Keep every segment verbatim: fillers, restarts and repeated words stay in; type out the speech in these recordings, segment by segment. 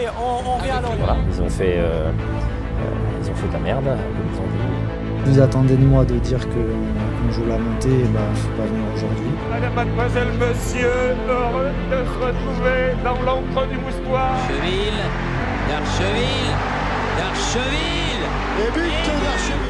Allez, on, on revient à Lorient. Voilà, ils ont fait, euh, euh, ils ont fait de la merde, comme ils ont dit. Vous attendez de moi de dire qu'on joue la montée, bah, faut pas venir aujourd'hui. Madame, mademoiselle, monsieur, heureux de se retrouver dans l'encre du moustoir. Cheville, d'Archeville, d'Archeville. Et but d'Archeville.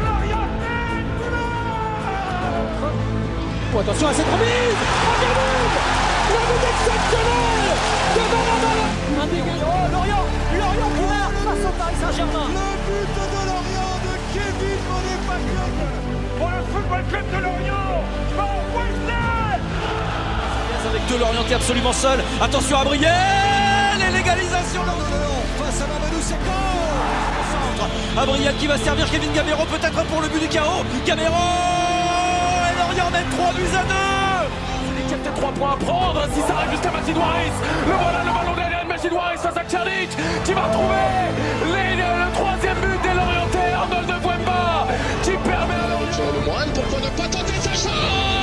Oh, attention à cette remise. Oh, le but exceptionnel de Benrahma. Un dégage. Oh, Lorient, Lorient qui marque face au Paris Saint-Germain. Le but de Lorient de Kevin Monet-Paquet. Pour le Football Club de Lorient, Van Wesley. Avec deux Lorientais absolument seuls. Attention à Brielle et l'égalisation de Lorient face à Mamadou Sakho. Abriel qui va servir Kevin Gamero peut-être pour le but du chaos. Gamero et Lorient mène trois buts à deux. Il y a peut-être trois points à prendre si ça arrive jusqu'à Majid Waris. Le voilà, le ballon derrière Majid Waris face à Tchalik qui va trouver les, le troisième but des Lorientais. Arnold de Bouemba qui permet à Lorient. Le Moine, pourquoi ne pas tenter sa chance?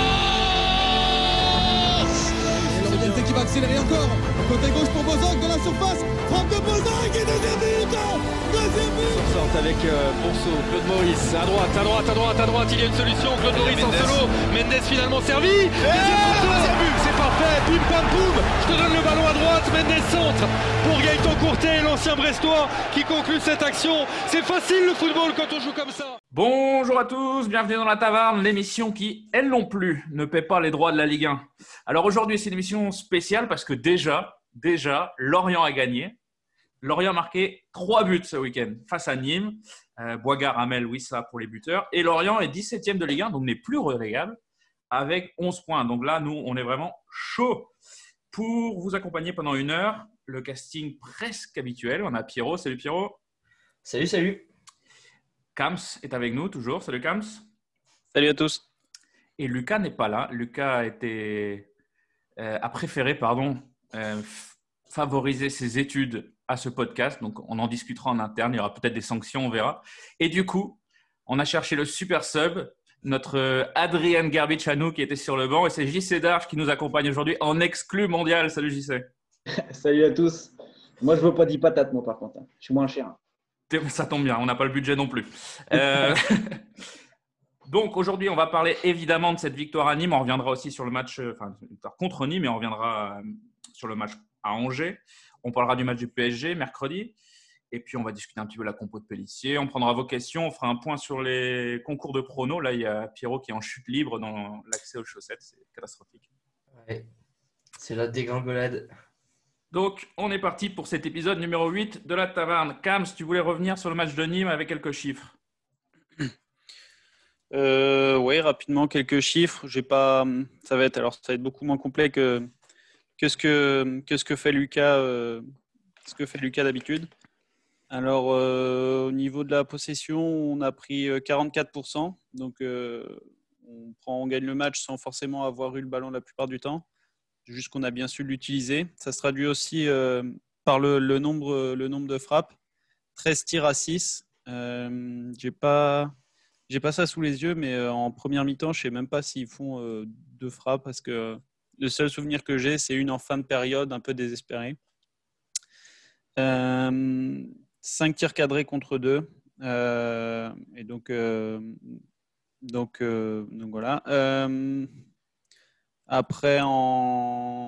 Lorientais qui va accélérer encore. Côté gauche pour Bozok de la surface. Frappe de Bozok et deuxième but. Deuxième but. On sort avec euh, Bourseau, Claude Maurice, à droite, à droite, à droite, à droite, il y a une solution, Claude Maurice en solo, Mendes finalement servi, deuxième but, c'est parfait, bim pam poum, je te donne le ballon à droite, Mendes centre, pour Gaëtan Courtet, l'ancien Brestois, qui conclut cette action, c'est facile le football quand on joue comme ça. Bonjour à tous, bienvenue dans La Taverne, l'émission qui, elle non plus, ne paie pas les droits de la Ligue un. Alors aujourd'hui, c'est une émission spéciale parce que déjà, déjà, Lorient a gagné. Lorient a marqué trois buts ce week-end face à Nîmes. Euh, Boigard, Hamel, Wissa pour les buteurs. Et Lorient est dix-septième de Ligue un, donc n'est plus relégable, avec onze points. Donc là, nous, on est vraiment chaud. Pour vous accompagner pendant une heure, le casting presque habituel. On a Pierrot. Salut Pierrot. Salut, salut. Kams est avec nous toujours. Salut Kams. Salut à tous. Et Lucas n'est pas là. Lucas a, été, euh, a préféré pardon, euh, f- favoriser ses études à ce podcast. Donc, on en discutera en interne. Il y aura peut-être des sanctions, on verra. Et du coup, on a cherché le super sub, notre Adrien Gerbic à nous qui était sur le banc. Et c'est J C Darche qui nous accompagne aujourd'hui en exclu mondial. Salut J C. Salut à tous. Moi, je ne veux pas dix patates, moi, par contre. Je suis moins cher. Ça tombe bien, on n'a pas le budget non plus. Euh... Donc, aujourd'hui, on va parler évidemment de cette victoire à Nîmes. On reviendra aussi sur le match enfin, contre Nîmes et on reviendra sur le match à Angers. On parlera du match du P S G mercredi. Et puis, on va discuter un petit peu de la compo de Pellissier. On prendra vos questions. On fera un point sur les concours de pronos. Là, il y a Pierrot qui est en chute libre dans l'accès aux chaussettes. C'est catastrophique. Ouais, c'est la dégringolade. Donc, on est parti pour cet épisode numéro huit de La Taverne. Kams, tu voulais revenir sur le match de Nîmes avec quelques chiffres. Euh, oui, rapidement, quelques chiffres. J'ai pas, ça va être, alors, ça va être beaucoup moins complet que, que, ce, que, que ce que fait Lucas, euh, ce que fait Lucas d'habitude. Alors, euh, au niveau de la possession, on a pris quarante-quatre pour cent. Donc, euh, on, prend, on gagne le match sans forcément avoir eu le ballon la plupart du temps. Juste qu'on a bien su l'utiliser. Ça se traduit aussi euh, par le, le, nombre, le nombre de frappes. treize tirs à six. Euh, j'ai pas, j'ai pas ça sous les yeux, mais euh, en première mi-temps, je ne sais même pas s'ils font euh, deux frappes parce que le seul souvenir que j'ai, c'est une en fin de période, un peu désespérée. Euh, cinq tirs cadrés contre deux. Euh, et donc, euh, donc, euh, donc voilà. Euh, Après, en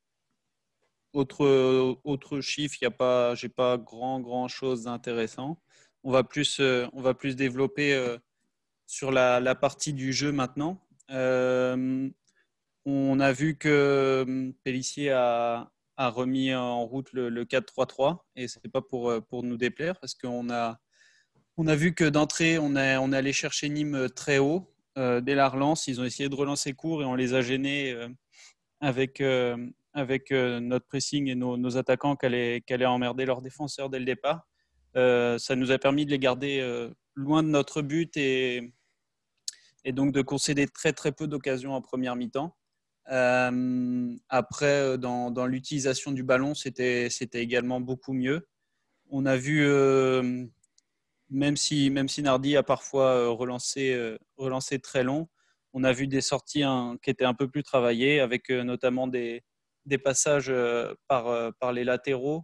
autre, autre chiffre, il y a pas, j'ai pas grand, grand chose d'intéressant. On va plus, euh, on va plus développer euh, sur la, la partie du jeu maintenant. Euh, on a vu que Pellissier a, a remis en route le, le quatre trois trois et c'est pas pour, pour nous déplaire parce qu'on a, on a vu que d'entrée, on est, on est allé chercher Nîmes très haut. Euh, dès la relance, ils ont essayé de relancer court et on les a gênés euh, avec, euh, avec euh, notre pressing et nos, nos attaquants qui allaient, qui allaient emmerder leurs défenseurs dès le départ. Euh, ça nous a permis de les garder euh, loin de notre but et, et donc de concéder très très peu d'occasions en première mi-temps. Euh, après, dans, dans l'utilisation du ballon, c'était, c'était également beaucoup mieux. On a vu... Euh, Même si, même si Nardi a parfois relancé, relancé très long, on a vu des sorties hein, qui étaient un peu plus travaillées, avec notamment des, des passages par, par les latéraux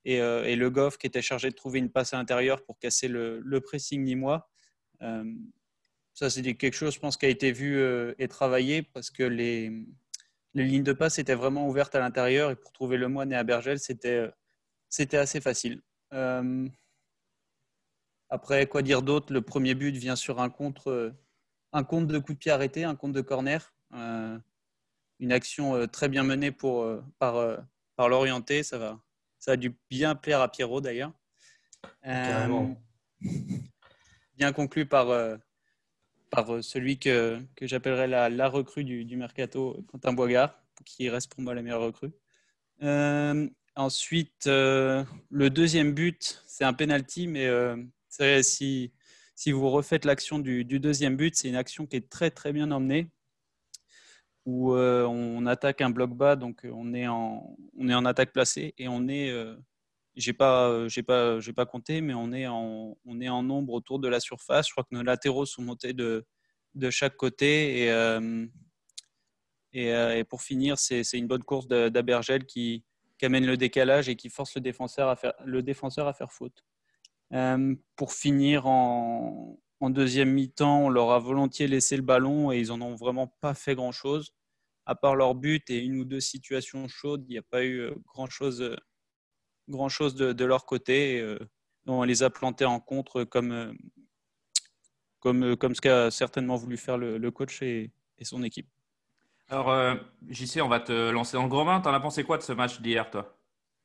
et, euh, et Le Goff qui était chargé de trouver une passe à l'intérieur pour casser le, le pressing nîmois. Euh, ça, c'est quelque chose, je pense, qui a été vu euh, et travaillé parce que les, les lignes de passe étaient vraiment ouvertes à l'intérieur et pour trouver Lemoine et Abergel, c'était, c'était assez facile. Euh, après, quoi dire d'autre? Le premier but vient sur un contre, un contre de coup de pied arrêté, un contre de corner. Euh, une action très bien menée pour, par, par l'orienté. Ça, va, ça a dû bien plaire à Pierrot d'ailleurs. Carrément. Euh, bien conclu par, par celui que, que j'appellerais la, la recrue du, du Mercato, Quentin Boigard, qui reste pour moi la meilleure recrue. Euh, ensuite, euh, le deuxième but, c'est un penalty, mais euh, c'est, si, si vous refaites l'action du, du deuxième but, c'est une action qui est très très bien emmenée, où euh, on attaque un bloc bas, donc on est en, on est en attaque placée et on est, euh, j'ai pas, j'ai pas, j'ai pas compté, mais on est en, on est en nombre autour de la surface. Je crois que nos latéraux sont montés de, de chaque côté et, euh, et, euh, et pour finir, c'est, c'est une bonne course d'Abergel qui, qui amène le décalage et qui force le défenseur à faire, le défenseur à faire faute. Euh, pour finir en, en deuxième mi-temps, on leur a volontiers laissé le ballon et ils n'en ont vraiment pas fait grand-chose. À part leur but et une ou deux situations chaudes, il n'y a pas eu grand-chose, grand-chose de, de leur côté. Et, on les a plantés en contre comme, comme, comme ce qu'a certainement voulu faire le, le coach et, et son équipe. Alors, euh, J C, on va te lancer dans le gros bain. T'en as pensé quoi de ce match d'hier, toi?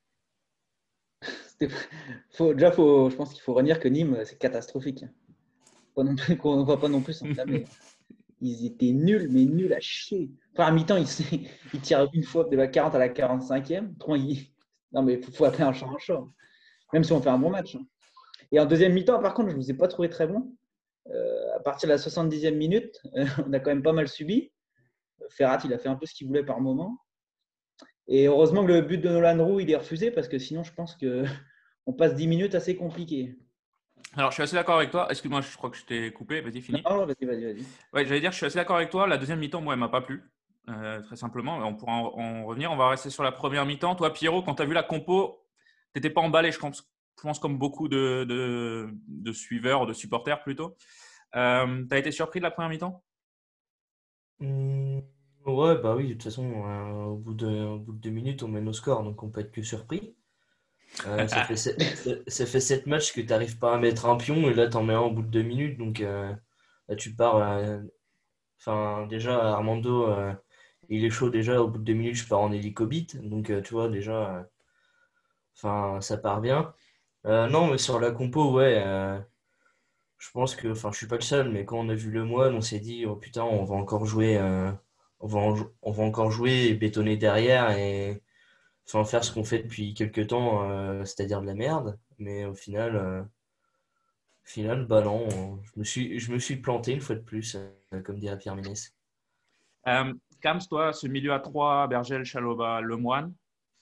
Faut, déjà, faut, je pense qu'il faut redire que Nîmes, c'est catastrophique. Pas non plus, qu'on ne va pas non plus s'enflammer. Ils étaient nuls, mais nuls à chier. Enfin, à mi-temps, ils, ils tirent une fois de la quarante à la quarante-cinquième. Ils... Non, mais il faut, faut appeler un chat un chat. Même si on fait un bon match. Et en deuxième mi-temps, par contre, je ne vous ai pas trouvé très bon. Euh, à partir de la soixante-dixième minute, euh, on a quand même pas mal subi. Ferrat, il a fait un peu ce qu'il voulait par moment. Et heureusement que le but de Nolan Roux, il est refusé parce que sinon, je pense qu'on passe dix minutes assez compliquées. Alors, je suis assez d'accord avec toi. Excuse-moi, je crois que je t'ai coupé. Vas-y, finis. Non, vas-y, vas-y, vas-y. Ouais, j'allais dire, je suis assez d'accord avec toi. La deuxième mi-temps, moi, elle m'a pas plu. Euh, très simplement. On pourra en, en revenir. On va rester sur la première mi-temps. Toi, Pierrot, quand tu as vu la compo, tu n'étais pas emballé, je pense, je pense comme beaucoup de, de, de suiveurs, de supporters plutôt. Euh, tu as été surpris de la première mi-temps? Mmh, ouais, bah oui, de toute façon, euh, au bout de, au bout de deux minutes, on mène au score, donc on peut être que surpris. Euh, ça fait sept, ça, ça fait sept matchs que tu n'arrives pas à mettre un pion, et là, tu en mets un au bout de deux minutes, donc euh, là, tu pars. euh, Enfin, déjà, Armando, euh, il est chaud déjà, au bout de deux minutes, je pars en hélicobite, donc euh, tu vois, déjà, euh, enfin, ça part bien. Euh, non, mais sur la compo, ouais, euh, je pense que, enfin, je suis pas le seul, mais quand on a vu Le Moine, on s'est dit, oh putain, on va encore jouer, euh, on va, en- on va encore jouer et bétonner derrière et enfin, faire ce qu'on fait depuis quelques temps, euh, c'est-à-dire de la merde. Mais au final, euh, au final, bah non, on- je me suis, je me suis planté une fois de plus, euh, comme dirait Pierre Ménès. Euh, Kams, toi, ce milieu à trois, Bergel, Chaloba, Lemoine,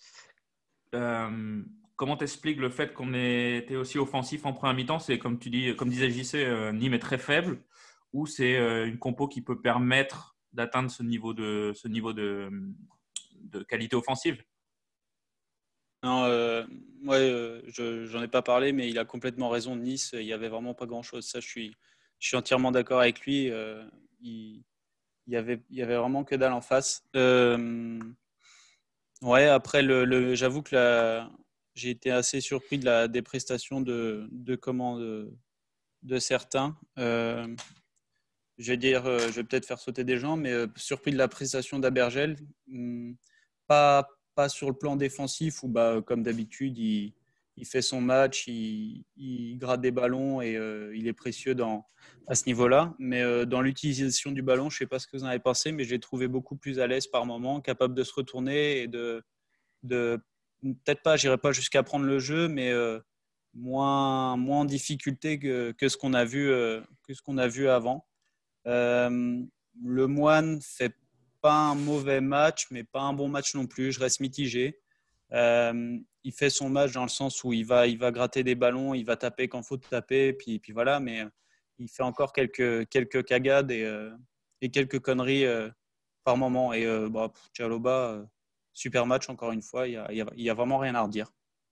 euh, comment t'expliques le fait qu'on ait été aussi offensif en première mi-temps? C'est comme tu dis, comme disait J C, euh, Nîmes est très faible, ou c'est euh, une compo qui peut permettre d'atteindre ce niveau de, ce niveau de, de qualité offensive? Non, euh, ouais, euh, je j'en ai pas parlé, mais il a complètement raison. Nice, il y avait vraiment pas grand-chose. Ça, je suis, je suis entièrement d'accord avec lui. Euh, il, il y avait, il y avait vraiment que dalle en face. Euh, ouais, après, le, le- j'avoue que la, j'ai été assez surpris de la, des prestations de, de comment de, de certains. Euh, je vais dire, euh, je vais peut-être faire sauter des gens, mais euh, surpris de la prestation d'Abergel. Hum, Pas, pas sur le plan défensif où, bah, comme d'habitude, il, il fait son match, il, il gratte des ballons et euh, il est précieux dans, à ce niveau-là. Mais euh, dans l'utilisation du ballon, je ne sais pas ce que vous en avez pensé, mais je l'ai trouvé beaucoup plus à l'aise par moment, capable de se retourner et de, de peut-être pas, j'irai pas jusqu'à prendre le jeu, mais euh, moins, moins en difficulté que, que ce qu'on a vu, euh, que ce qu'on a vu avant. Euh, le Moine fait pas un mauvais match, mais pas un bon match non plus. Je reste mitigé. Euh, il fait son match dans le sens où il va, il va gratter des ballons, il va taper quand il faut taper, puis, puis voilà. Mais il fait encore quelques, quelques cagades et, euh, et quelques conneries euh, par moment. Et euh, bah, Chaloba, euh, super match encore une fois. Il y a, il y a, il y a vraiment rien à redire.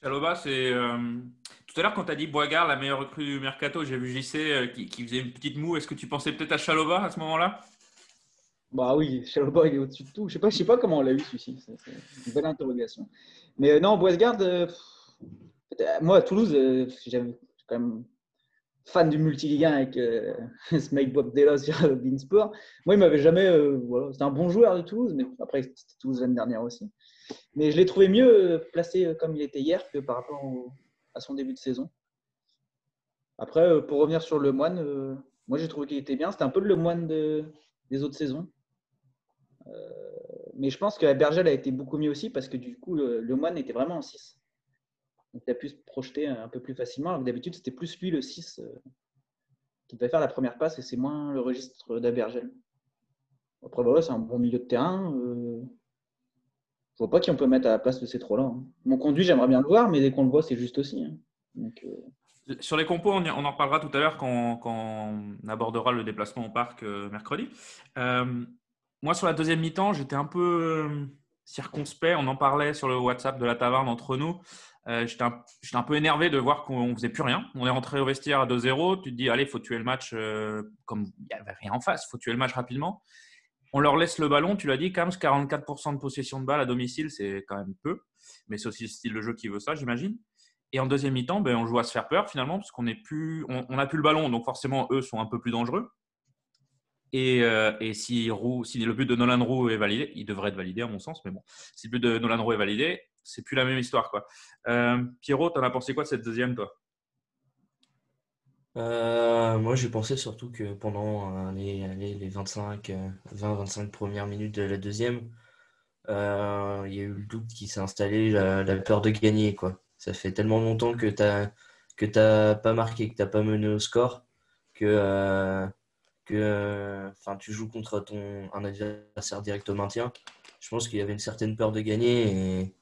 Chalobah, c'est. Euh... Tout à l'heure, quand tu as dit Boisgard, la meilleure recrue du mercato, j'ai vu J C euh, qui, qui faisait une petite moue. Est-ce que tu pensais peut-être à Chalobah à ce moment-là? Bah oui, Chalobah, il est au-dessus de tout. Je sais pas, je sais pas comment on l'a eu, celui-ci. C'est, c'est une belle interrogation. Mais euh, non, Boisgard, euh, moi, à Toulouse, euh, j'aime quand même fan du multiligue un avec euh, ce mec Bob Della sur Beansport. Moi, il m'avait jamais. Euh, voilà, c'était un bon joueur de Toulouse, mais après, c'était Toulouse l'année dernière aussi. Mais je l'ai trouvé mieux placé comme il était hier que par rapport au, à son début de saison. Après, euh, pour revenir sur Le Moine, euh, moi, j'ai trouvé qu'il était bien. C'était un peu le Moine de, des autres saisons. Euh, mais je pense que la Bergel a été beaucoup mieux aussi parce que du coup, le, le Moine était vraiment en six. Donc, il a pu se projeter un peu plus facilement. Alors que d'habitude, c'était plus lui, le six, euh, qui devait faire la première passe et c'est moins le registre d'Abergel. Après, voilà, c'est un bon milieu de terrain. Euh, je vois pas qui on peut mettre à la place de ces trois-là. Hein. Mon conduit, j'aimerais bien le voir, mais dès qu'on le voit, c'est juste aussi. Hein. Donc, euh... Sur les compos, on, y, on en reparlera tout à l'heure quand, quand on abordera le déplacement au parc euh, mercredi. Euh, moi, sur la deuxième mi-temps, j'étais un peu euh, circonspect. On en parlait sur le WhatsApp de la taverne entre nous. Euh, j'étais, un, j'étais un peu énervé de voir qu'on ne faisait plus rien. On est rentré au vestiaire à deux zéro. Tu te dis, allez, il faut tuer le match. Euh, comme il n'y avait rien en face, il faut tuer le match rapidement. On leur laisse le ballon. Tu l'as dit, quand même, quarante-quatre pour cent de possession de balle à domicile, c'est quand même peu. Mais c'est aussi le style de jeu qui veut ça, j'imagine. Et en deuxième mi-temps, ben, on joue à se faire peur finalement, parce qu'on est plus, on, on a plus le ballon. Donc forcément, eux sont un peu plus dangereux. Et, euh, et si, Roux, si le but de Nolan Roux est validé, il devrait être validé à mon sens, mais bon, si le but de Nolan Roux est validé, c'est plus la même histoire, quoi. Euh, Pierrot, t'en as pensé quoi de cette deuxième, toi? euh, Moi, j'ai pensé surtout que pendant euh, les, les, les vingt-cinq, vingt vingt-cinq premières minutes de la deuxième, euh, il y a eu le doute qui s'est installé, la, la peur de gagner, quoi. Ça fait tellement longtemps que t'as que t'as pas marqué, que t'as pas mené au score, que euh, que enfin tu joues contre ton un adversaire direct au maintien. Je pense qu'il y avait une certaine peur de gagner et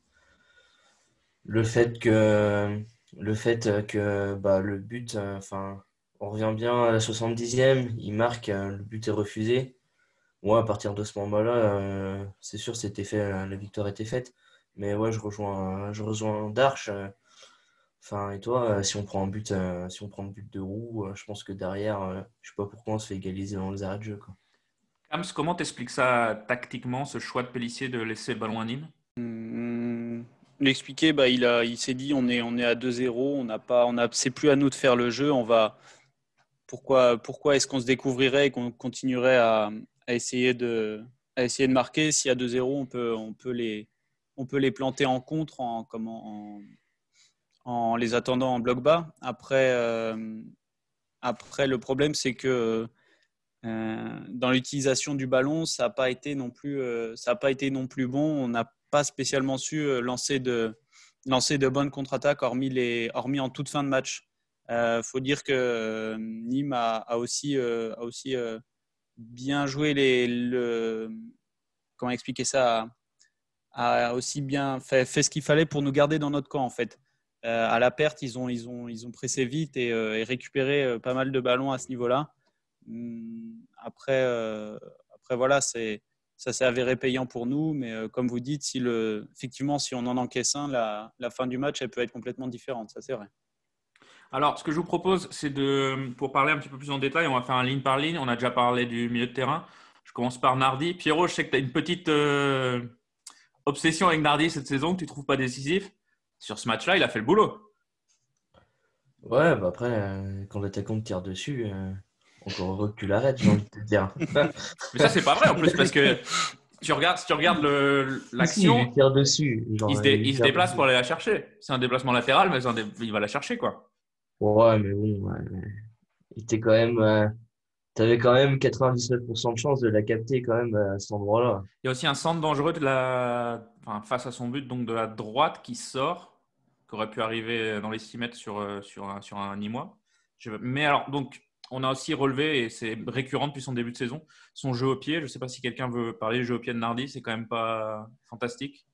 le fait que le fait que bah, le but, enfin, on revient bien à la soixante-dixième, il marque, le but est refusé. Moi, à partir de ce moment-là, euh, c'est sûr, c'était fait, la victoire était faite. Mais ouais, je rejoins, je rejoins Darche. Enfin, et toi, si on prend un but, si on prend le but de Roux, je pense que derrière, je sais pas pourquoi on se fait égaliser dans les arrêts de jeu, quoi. Hams, comment t'expliques ça tactiquement, ce choix de Pélissier de laisser le ballon à Nîmes? Mmh, l'expliquer, bah, il, a, il s'est dit on est, on est à deux zéro, on n'a pas, on a, c'est plus à nous de faire le jeu. On va, pourquoi, pourquoi est-ce qu'on se découvrirait et qu'on continuerait à, à, essayer, de, à essayer de marquer? Si à deux zéro, on peut, on, peut les, on peut les planter en contre en, comment, en, en les attendant en bloc bas. Après, euh, après le problème, c'est que Euh, dans l'utilisation du ballon, ça n'a pas été non plus, euh, ça n'a pas été non plus bon. On n'a pas spécialement su euh, lancer de, lancer de bonnes contre-attaques, hormis les, hormis en toute fin de match. Il euh, faut dire que euh, Nîmes a, a aussi, euh, a aussi euh, bien joué les, le, comment expliquer ça, a, a aussi bien fait, fait ce qu'il fallait pour nous garder dans notre camp en fait. Euh, à la perte, ils ont, ils ont, ils ont pressé vite et, euh, et récupéré euh, pas mal de ballons à ce niveau-là. Après, euh, après voilà, c'est, ça s'est avéré payant pour nous, mais euh, comme vous dites, si le, effectivement, si on en encaisse un, la, la fin du match, elle peut être complètement différente, ça c'est vrai. Alors, ce que je vous propose, c'est de, pour parler un petit peu plus en détail, on va faire un ligne par ligne. On a déjà parlé du milieu de terrain. Je commence par Nardi. Pierrot, je sais que tu as une petite euh, obsession avec Nardi cette saison que tu ne trouves pas décisif. Sur ce match-là, il a fait le boulot. Ouais, bah après, euh, quand l'attaquant te tire dessus, euh, encore heureux que tu l'arrêtes, j'ai envie de te dire. Mais ça, c'est pas vrai en plus, parce que tu regardes, si tu regardes le, l'action, si, il tire dessus. Genre, il se, dé, il il se déplace dessus pour aller la chercher. C'est un déplacement latéral, mais un dé, il va la chercher, quoi. Ouais, mais bon, ouais, il était quand même. Euh, T'avais quand même quatre-vingt-dix-neuf pour cent de chance de la capter quand même à cet endroit-là. Il y a aussi un centre dangereux de la, enfin, face à son but, donc de la droite qui sort, qui aurait pu arriver dans les six mètres sur, sur, un, sur un Nîmois. Je... Mais alors, donc, on a aussi relevé, et c'est récurrent depuis son début de saison, son jeu au pied. Je ne sais pas si quelqu'un veut parler du jeu au pied de Nardi, c'est quand même pas fantastique.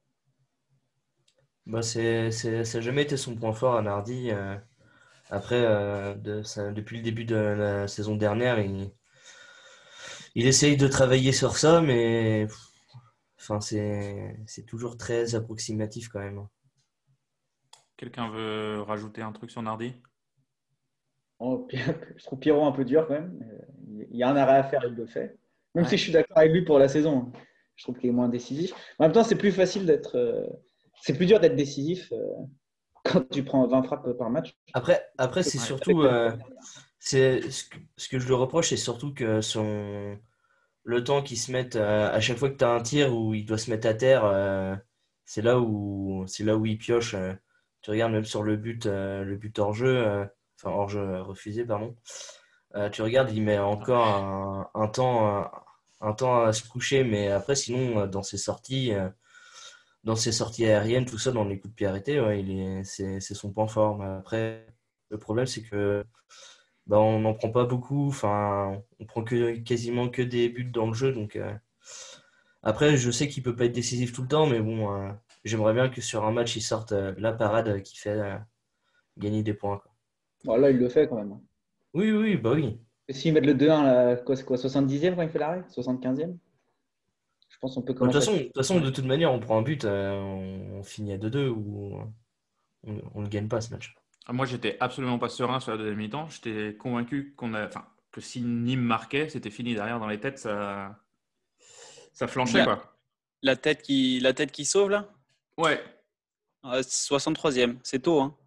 Bah c'est, c'est, ça n'a jamais été son point fort à Nardi. Euh, après, euh, de, ça, depuis le début de la saison dernière, il, il essaye de travailler sur ça, mais enfin, c'est, c'est toujours très approximatif quand même. Quelqu'un veut rajouter un truc sur Nardi? Oh, je trouve Pierrot un peu dur quand même. Il y a un arrêt à faire, il le fait. Même Ouais. si je suis d'accord avec lui pour la saison. Je trouve qu'il est moins décisif. En même temps, c'est plus facile d'être. euh, C'est plus dur d'être décisif euh, quand tu prends vingt frappes par match. Après, après c'est surtout. euh, c'est, ce, que, ce que je lui reproche, c'est surtout que son, le temps qu'il se mette. euh, à chaque fois que tu as un tir où il doit se mettre à terre, euh, c'est là où, c'est là où il pioche. euh. Tu regardes même sur le but, euh, le but hors jeu, euh, enfin hors jeu refusé, pardon. Euh, tu regardes, il met encore un, un temps, un, un temps à se coucher, mais après, sinon, euh, dans ses sorties, euh, dans ses sorties aériennes, tout ça, dans les coups de pied arrêtés, ouais, il est, c'est, c'est son point fort. Mais après, le problème, c'est que bah, on n'en prend pas beaucoup. Enfin, on prend que, quasiment que des buts dans le jeu. Donc, euh, après, je sais qu'il peut pas être décisif tout le temps, mais bon, euh, j'aimerais bien que sur un match, il sorte euh, la parade qui fait euh, gagner des points, quoi. Bon, là, il le fait quand même. Oui, oui, bah oui. Et s'ils mettent le deux un, là, quoi, c'est quoi, soixante-dixième quand il fait l'arrêt? soixante-quinzième? Je pense qu'on peut De toute commencer. façon, à- de toute façon, de toute manière, on prend un but, euh, on, on finit à deux deux ou on ne le gagne pas ce match. Ah, moi, j'étais absolument pas serein sur la deuxième mi-temps. J'étais convaincu qu'on a, enfin, que si Nîmes marquait, c'était fini derrière dans les têtes, ça, ça flanchait, La, quoi. la tête qui, la tête qui sauve, là? Ouais. Ah, soixante-troisième, c'est tôt, hein.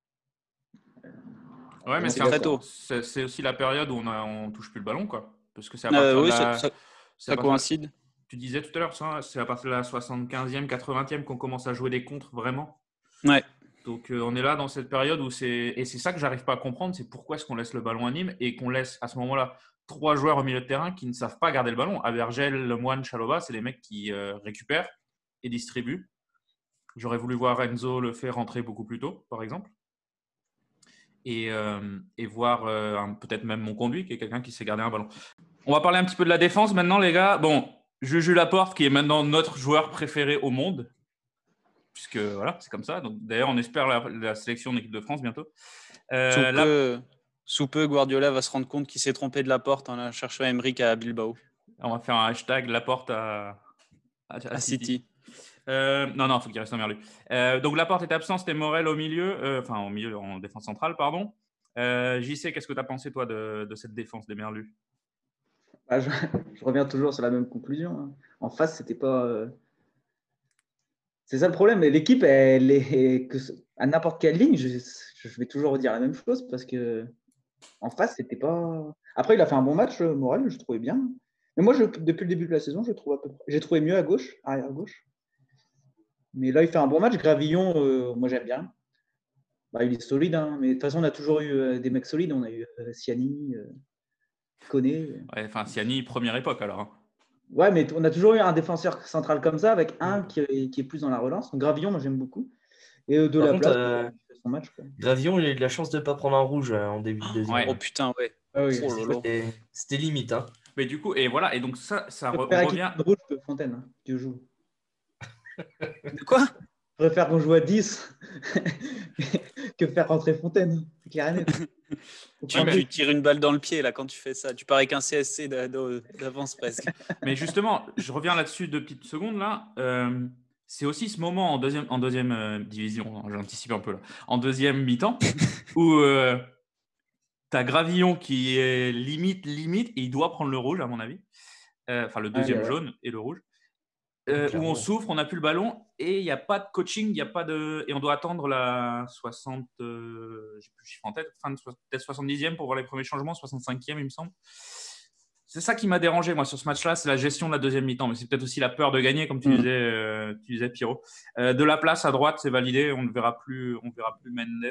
Ouais, mais C'est c'est, un- très tôt. c'est, c'est aussi la période où on a, on touche plus le ballon, quoi. Parce que c'est à Euh, partir oui, de ça, la, ça- c'est à ça partir de- coïncide. Tu disais tout à l'heure, ça, c'est à partir de la soixante-quinzième, quatre-vingtième qu'on commence à jouer des contres vraiment. Ouais. Donc euh, on est là dans cette période où c'est et c'est ça que j'arrive pas à comprendre, c'est pourquoi est-ce qu'on laisse le ballon à Nîmes et qu'on laisse à ce moment-là trois joueurs au milieu de terrain qui ne savent pas garder le ballon. Abergel, Lemoine, Chalobah, c'est les mecs qui euh, récupèrent et distribuent. J'aurais voulu voir Enzo le faire rentrer beaucoup plus tôt, par exemple, et, euh, et voir euh, un- peut-être même mon conduit qui est quelqu'un qui sait garder un ballon. On va parler un petit peu de la défense maintenant, les gars. Bon, Juju Laporte qui est maintenant notre joueur préféré au monde. Puisque voilà, c'est comme ça. Donc, d'ailleurs, on espère la, la sélection d'équipe de France bientôt. Euh, Sous, là- peu, sous peu, Guardiola va se rendre compte qu'il s'est trompé de la porte en cherchant Emerick à Bilbao. On va faire un hashtag Laporte à, à, À City. Euh, non, non, il faut qu'il reste en Merlu. Euh, donc, Laporte est absent, c'était Morel au milieu, euh, enfin, au milieu, en défense centrale, pardon. Euh, J C, qu'est-ce que tu as pensé, toi, de, de cette défence des Merlus? Ah, je, je reviens toujours sur la même conclusion. hein. En face, c'était pas. euh, C'est ça le problème. L'équipe, elle est que ce- à n'importe quelle ligne, je, je vais toujours redire la même chose parce que en face, c'était pas. Après, il a fait un bon match, euh, Morel, je trouvais bien. Mais moi, je, depuis le début de la saison, je trouve à peu près. J'ai trouvé mieux à gauche, arrière gauche. Mais là, il fait un bon match. Gravillon, euh, moi, j'aime bien. Bah, il est solide, hein. Mais de toute façon, on a toujours eu euh, des mecs solides. On a eu euh, Siani, euh, Koné. Ouais, enfin, Siani, première époque, alors. hein. Ouais, mais t- on a toujours eu un défenseur central comme ça, avec un qui est, qui est plus dans la relance. Donc, Gravillon, moi, j'aime beaucoup. Et euh, de Par la contre, place, euh, il fait son match. Quoi. Gravillon, il a eu de la chance de ne pas prendre un rouge euh, en début de deuxième. Ouais. Oh putain, ouais. Ah oui. Oh là là. C'était c'était limite. Hein. Mais du coup, et voilà, et donc ça, ça Je re- préfère revient. équipe rouge que Fontaine, hein, tu joues. De quoi? Je préfère qu'on joue à dix que faire rentrer Fontaine. C'est clair et net. Tu, Ouais, mais- tu tires une balle dans le pied là quand tu fais ça. Tu parais qu'un C S C d'a- d'a- d'avance presque. Mais justement, je reviens là-dessus deux petites secondes là. Euh, c'est aussi ce moment en deuxième, en deuxième euh, division, j'anticipe un peu là, en deuxième mi-temps, où euh, tu as Gravillon qui est limite, limite, et il doit prendre le rouge à mon avis. Euh, Enfin, le deuxième ouais. jaune et le rouge. Euh, où Clairement. on souffre, on n'a plus le ballon et il n'y a pas de coaching, il y a pas de et on doit attendre la soixante, euh, j'ai plus le chiffre en tête, fin de so- peut-être soixante-dixième pour voir les premiers changements, soixante-cinquième il me semble. C'est ça qui m'a dérangé moi sur ce match-là, c'est la gestion de la deuxième mi-temps, mais c'est peut-être aussi la peur de gagner comme tu Mm. disais, euh, tu disais Pierrot. Euh, de la place à droite, c'est validé, on ne verra plus, on verra plus Mendes.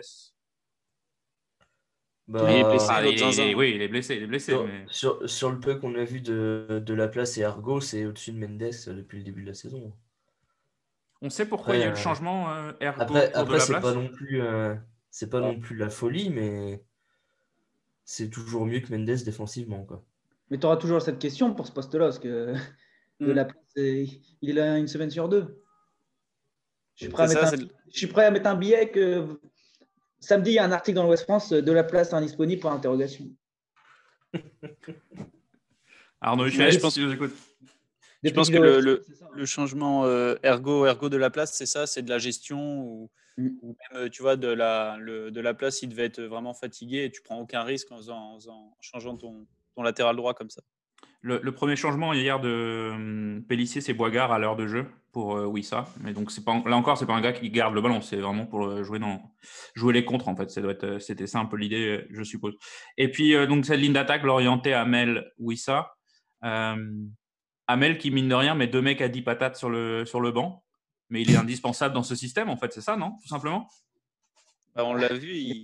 Bah, Il est blessé. Ah, l'autre il est- zinzin. oui, il est blessé, il est blessé. sur, Mais... sur, sur le peu qu'on a vu de, de la place et Argo, c'est au-dessus de Mendes euh, depuis le début de la saison. On sait pourquoi Après, il y a eu le euh, changement euh, Ergo Après, pour de après la c'est place. pas non plus, euh, c'est pas non plus la folie, mais c'est toujours mieux que Mendes défensivement, quoi. Mais tu auras toujours cette question pour ce poste-là, parce que de Mm. la place, euh, il est là une semaine sur deux. Je suis prêt, à C'est mettre, ça, un, c'est le- je suis prêt à mettre un billet que samedi, il y a un article dans l'Ouest France de la place indisponible pour interrogation. Arnaud Ouais, Huchet, je pense- si vous écoutez. Je pense que le, le, le changement euh, ergo, ergo de la place, c'est ça, c'est de la gestion ou, mm. ou même, tu vois, de la, le, de la place, il devait être vraiment fatigué et tu prends aucun risque en, faisant, en, faisant, en changeant ton, ton latéral droit comme ça. Le, le premier changement hier de hum, Pélissier, c'est Boigard à l'heure de jeu pour euh, Wissa. Mais donc c'est pas, là encore, c'est pas un gars qui garde le ballon, c'est vraiment pour jouer dans jouer les contres en fait. Ça doit être, c'était ça un peu l'idée, je suppose. Et puis euh, donc cette ligne d'attaque l'orienter Amel Wissa. Euh, Amel qui mine de rien met deux mecs à dix patates sur le sur le banc, mais il est indispensable dans ce système en fait, c'est ça, non? Tout simplement. Bah, on l'a vu, il...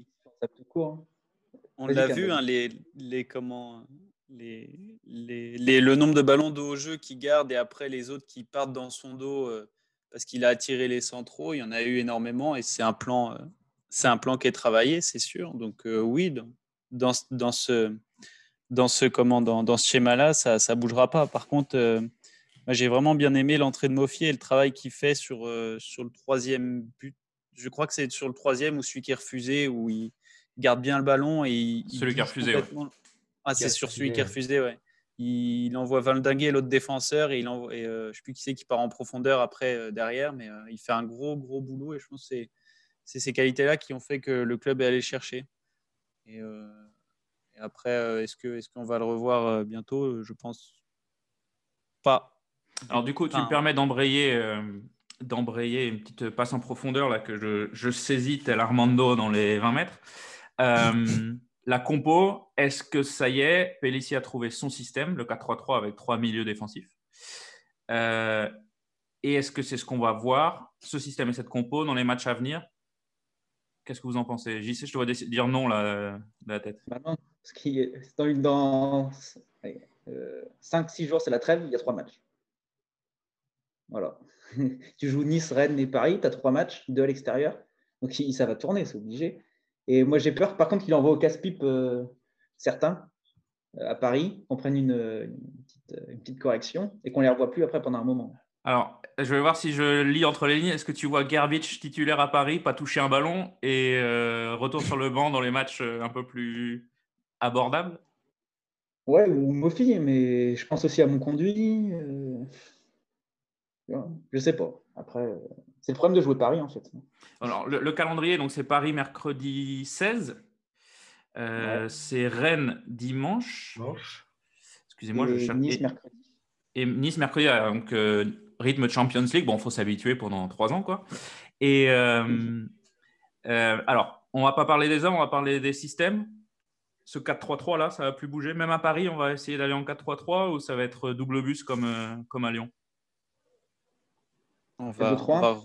on l'a vu, hein, les les comment. Les, les, les, le nombre de ballons de haut jeu qu'il garde et après les autres qui partent dans son dos euh, parce qu'il a attiré les centraux, il y en a eu énormément et c'est un plan, euh, c'est un plan qui est travaillé, c'est sûr. Donc euh, oui, dans, dans, dans ce, dans ce, comment, dans, dans ce schéma-là, ça ne bougera pas. Par contre, euh, moi, j'ai vraiment bien aimé l'entrée de Moffier et le travail qu'il fait sur, euh, sur le troisième but. Je crois que c'est sur le troisième ou celui qui est refusé, où il garde bien le ballon et il, celui il qui a refusé. Ouais. Ah, c'est sur celui qui est refusé, ouais. Il, il envoie Valdinguer, l'autre défenseur, et, il envoie, et euh, je ne sais plus qui c'est qui part en profondeur après, euh, derrière, mais euh, il fait un gros, gros boulot, et je pense que c'est, c'est ces qualités-là qui ont fait que le club est allé le chercher. Et, euh, et après, euh, est-ce, que, est-ce qu'on va le revoir euh, bientôt? Je pense pas. Alors du coup, tu enfin, me permets d'embrayer, euh, d'embrayer une petite passe en profondeur là, que je, je saisis tel Armando dans les vingt mètres. Euh, La compo, est-ce que ça y est, Pélissier a trouvé son système, le quatre trois trois avec trois milieux défensifs euh, et est-ce que c'est ce qu'on va voir, ce système et cette compo, dans les matchs à venir? Qu'est-ce que vous en pensez? J C, je te vois dire non là, de la tête. Bah non, parce que dans, dans euh, cinq six jours, c'est la trêve, il y a trois matchs. Voilà. Tu joues Nice, Rennes et Paris, tu as trois matchs, deux à l'extérieur. Donc ça va tourner, c'est obligé. Et moi, j'ai peur, par contre, qu'il envoie au casse-pipe euh, certains euh, à Paris, qu'on prenne une, une, petite, une petite correction et qu'on ne les revoie plus après pendant un moment. Alors, je vais voir si je lis entre les lignes. Est-ce que tu vois Gerbic titulaire à Paris, pas toucher un ballon et euh, retour sur le banc dans les matchs un peu plus abordables? Ouais, ou Mofi, mais je pense aussi à mon conduit. Euh... Je sais pas. Après, c'est le problème de jouer Paris, en fait. Alors, le, le calendrier, donc c'est Paris mercredi seize. Euh, ouais. C'est Rennes dimanche. Dimanche. Excusez-moi, et je cherche. Nice et, mercredi. Et Nice mercredi, donc euh, rythme Champions League. Bon, il faut s'habituer pendant trois ans, quoi. Et euh, euh, alors, on va pas parler des hommes, on va parler des systèmes. Ce quatre trois trois là, ça va plus bouger. Même à Paris, on va essayer d'aller en quatre trois trois ou ça va être double bus comme euh, comme à Lyon. On va, on, va,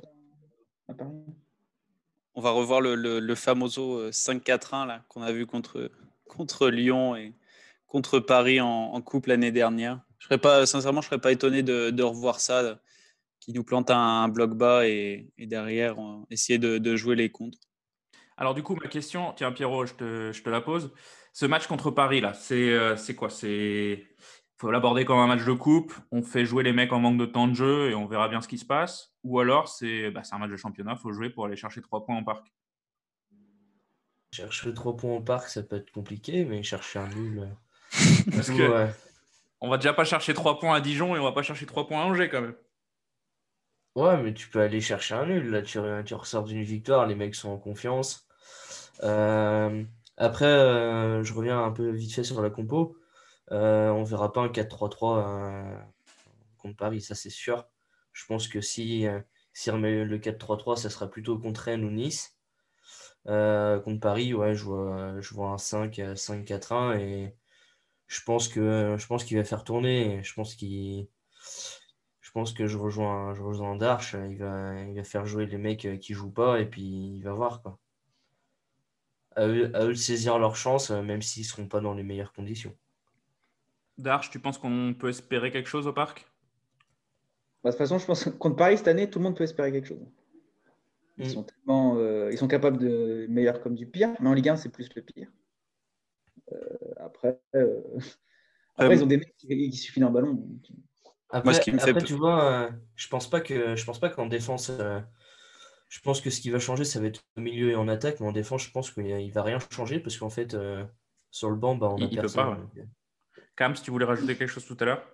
on va revoir le, le, le famoso cinq quatre un là, qu'on a vu contre, contre Lyon et contre Paris en, en coupe l'année dernière. Je serais pas, sincèrement, je ne serais pas étonné de, de revoir ça, qui nous plante un, un bloc bas et, et derrière, on, essayer de, de jouer les contres. Alors du coup, ma question, tiens Pierrot, je te, je te la pose. Ce match contre Paris, là, c'est, euh, c'est quoi? C'est... Il faut l'aborder comme un match de coupe, on fait jouer les mecs en manque de temps de jeu et on verra bien ce qui se passe. Ou alors, c'est, bah, c'est un match de championnat, il faut jouer pour aller chercher trois points en parc. Chercher trois points en parc, ça peut être compliqué, mais chercher un nul... Parce que ouais. On va déjà pas chercher trois points à Dijon et on va pas chercher trois points à Angers quand même. Ouais, mais tu peux aller chercher un nul. Là, tu, tu ressors d'une victoire, les mecs sont en confiance. Euh, après, euh, je reviens un peu vite fait sur la compo. Euh, on verra pas un quatre trois trois euh, contre Paris, ça c'est sûr. Je pense que si, euh, si on remet le quatre trois trois, ça sera plutôt contre Rennes ou Nice. Euh, contre Paris, ouais, je vois, je vois un cinq quatre un et je pense que je pense qu'il va faire tourner. Je pense qu'il, je pense que je rejoins, je rejoins Darche. Il va, il va faire jouer les mecs qui jouent pas et puis il va voir quoi. À eux, à eux de saisir leur chance, même s'ils seront pas dans les meilleures conditions. Darche, tu penses qu'on peut espérer quelque chose au parc? Bah, de toute façon, je pense que contre Paris cette année, tout le monde peut espérer quelque chose. Ils, mmh. sont, tellement, euh, ils sont capables de meilleur comme du pire, mais en Ligue un, c'est plus le pire. Euh, après, euh... après euh, ils ont des mecs qui, qui suffit d'un ballon. Après, Moi, ce qui me après fait... tu vois, euh, je pense pas que je pense pas qu'en défense, euh, je pense que ce qui va changer, ça va être au milieu et en attaque, mais en défense, je pense qu'il ne va rien changer parce qu'en fait, euh, sur le banc, bah, on il, a il personne. Peut pas, ouais. Cam, si tu voulais rajouter quelque chose tout à l'heure.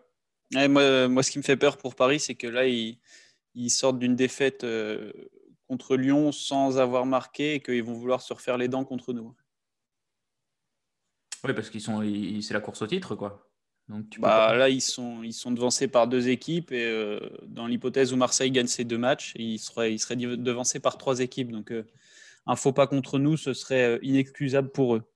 Ouais, moi, moi, ce qui me fait peur pour Paris, c'est que là, ils, ils sortent d'une défaite euh, contre Lyon sans avoir marqué et qu'ils vont vouloir se refaire les dents contre nous. Oui, parce qu'ils sont, ils- c'est la course au titre, quoi. Donc tu peux Bah, pas. là, ils sont, ils sont devancés par deux équipes et euh, dans l'hypothèse où Marseille gagne ces deux matchs, ils seraient, ils seraient devancés par trois équipes. Donc, euh, un faux pas contre nous, ce serait euh, inexcusable pour eux.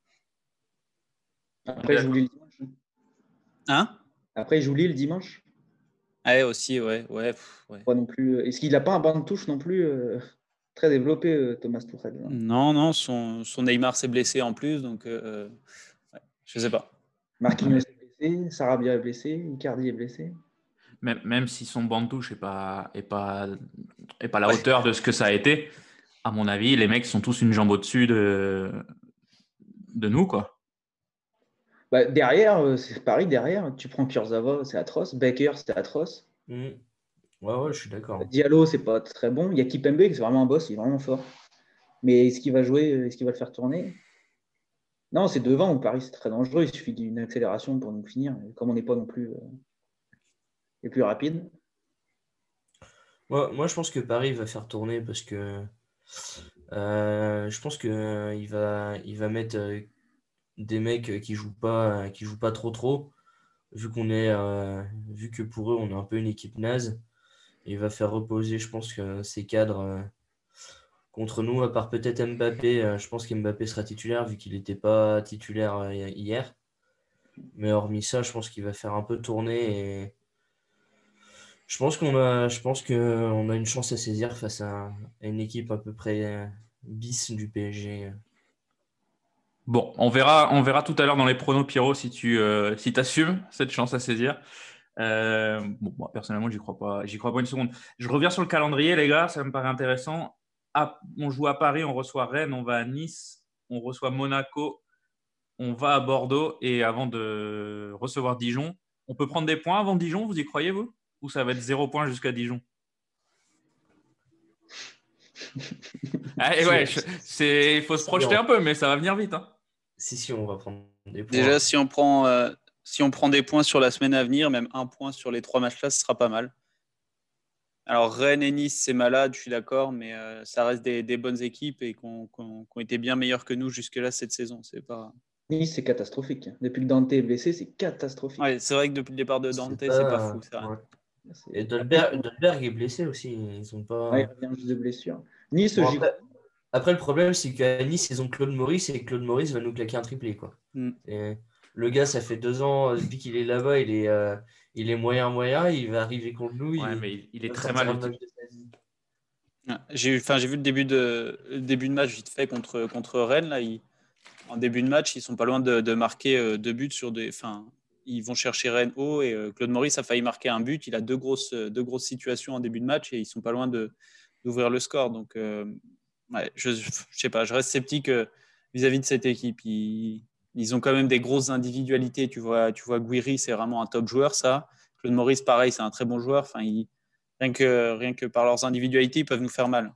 Après, je joue Lille dimanche. Hein Après, il joue Lille dimanche. Ouais, aussi, ouais. ouais, pff, ouais. Pas non plus. Est-ce qu'il n'a pas un banc de touche non plus euh, très développé, euh, Thomas Tuchel hein. Non, non, son, son Neymar s'est blessé en plus, donc euh, ouais, je sais pas. Marquinhos est blessé, Sarabia est blessé, Icardi est blessé. Même, même si son banc de touche n'est pas, est pas, est pas à la hauteur de ce que ça a été, à mon avis, les mecs sont tous une jambe au-dessus de, de nous, quoi. Bah, derrière, euh, c'est Paris, derrière, tu prends Kurzawa, c'est atroce. Baker, c'est atroce. Mmh. Ouais, ouais, je suis d'accord. Diallo, c'est pas très bon. Il y a Kipembe, qui est vraiment un boss, il est vraiment fort. Mais est-ce qu'il va jouer, est-ce qu'il va le faire tourner? Non, c'est devant où Paris, c'est très dangereux. Il suffit d'une accélération pour nous finir. Comme on n'est pas non plus euh, les plus rapides. Moi, moi, je pense que Paris va faire tourner parce que euh, je pense que il va, il va mettre euh, des mecs qui jouent pas, qui jouent pas trop trop. Vu qu'on est, euh, vu que pour eux, on est un peu une équipe naze. Il va faire reposer, je pense, que ces cadres euh, contre nous, à part peut-être Mbappé. Euh, je pense qu'Mbappé sera titulaire vu qu'il n'était pas titulaire euh, hier. Mais hormis ça, je pense qu'il va faire un peu tourner et je pense qu'on a, je pense qu'on a une chance à saisir face à, à une équipe à peu près euh, bis du P S G. Bon, on verra, on verra tout à l'heure dans les pronos, Pierrot, si tu euh, si t'assumes cette chance à saisir. Euh, bon, moi, personnellement, j'y crois pas, j'y crois pas une seconde. Je reviens sur le calendrier, les gars, ça me paraît intéressant. À, on joue à Paris, on reçoit Rennes, on va à Nice, on reçoit Monaco, on va à Bordeaux et avant de recevoir Dijon, on peut prendre des points avant Dijon, vous y croyez, vous? Ou ça va être zéro point jusqu'à Dijon? Allez, ouais, c'est, il faut se projeter un peu, mais ça va venir vite. Hein. Si, si, on va prendre des points. Déjà, si on prend, euh, si on prend des points sur la semaine à venir, même un point sur les trois matchs-là, ce sera pas mal. Alors, Rennes et Nice, c'est malade, je suis d'accord, mais euh, ça reste des, des bonnes équipes et qui ont, qui ont, qui ont été bien meilleures que nous jusque-là cette saison. C'est pas... Nice, c'est catastrophique. Depuis que Dante est blessé, c'est catastrophique. Ouais, c'est vrai que depuis le départ de Dante, c'est pas, c'est pas fou. Ça. Ouais. Et Dolberg, Dolberg est blessé aussi. Ils sont pas... Ouais, il revient juste de blessure. Nice, bon, après, après, le problème, c'est qu'à Nice, ils ont Claude Maurice et Claude Maurice va nous claquer un triplé. Quoi. Mm. Et le gars, ça fait deux ans, depuis qu'il est là-bas, il est, euh, il est moyen, moyen. Il va arriver contre nous. Ouais, il, mais il, il est très mal. J'ai, enfin, j'ai vu le début de, le début de match vite fait contre, contre Rennes. Là, ils, en début de match, ils sont pas loin de, de marquer euh, deux buts sur des. Enfin, ils vont chercher Rennes haut et euh, Claude Maurice a failli marquer un but. Il a deux grosses, deux grosses situations en début de match et ils sont pas loin de, d'ouvrir le score. Donc, euh, ouais, je, je sais pas, je reste sceptique euh, vis-à-vis de cette équipe. Ils, ils ont quand même des grosses individualités. Tu vois, tu vois, Guiri, c'est vraiment un top joueur, ça. Claude Maurice, pareil, c'est un très bon joueur. Enfin, il, rien que, rien que par leurs individualités, ils peuvent nous faire mal.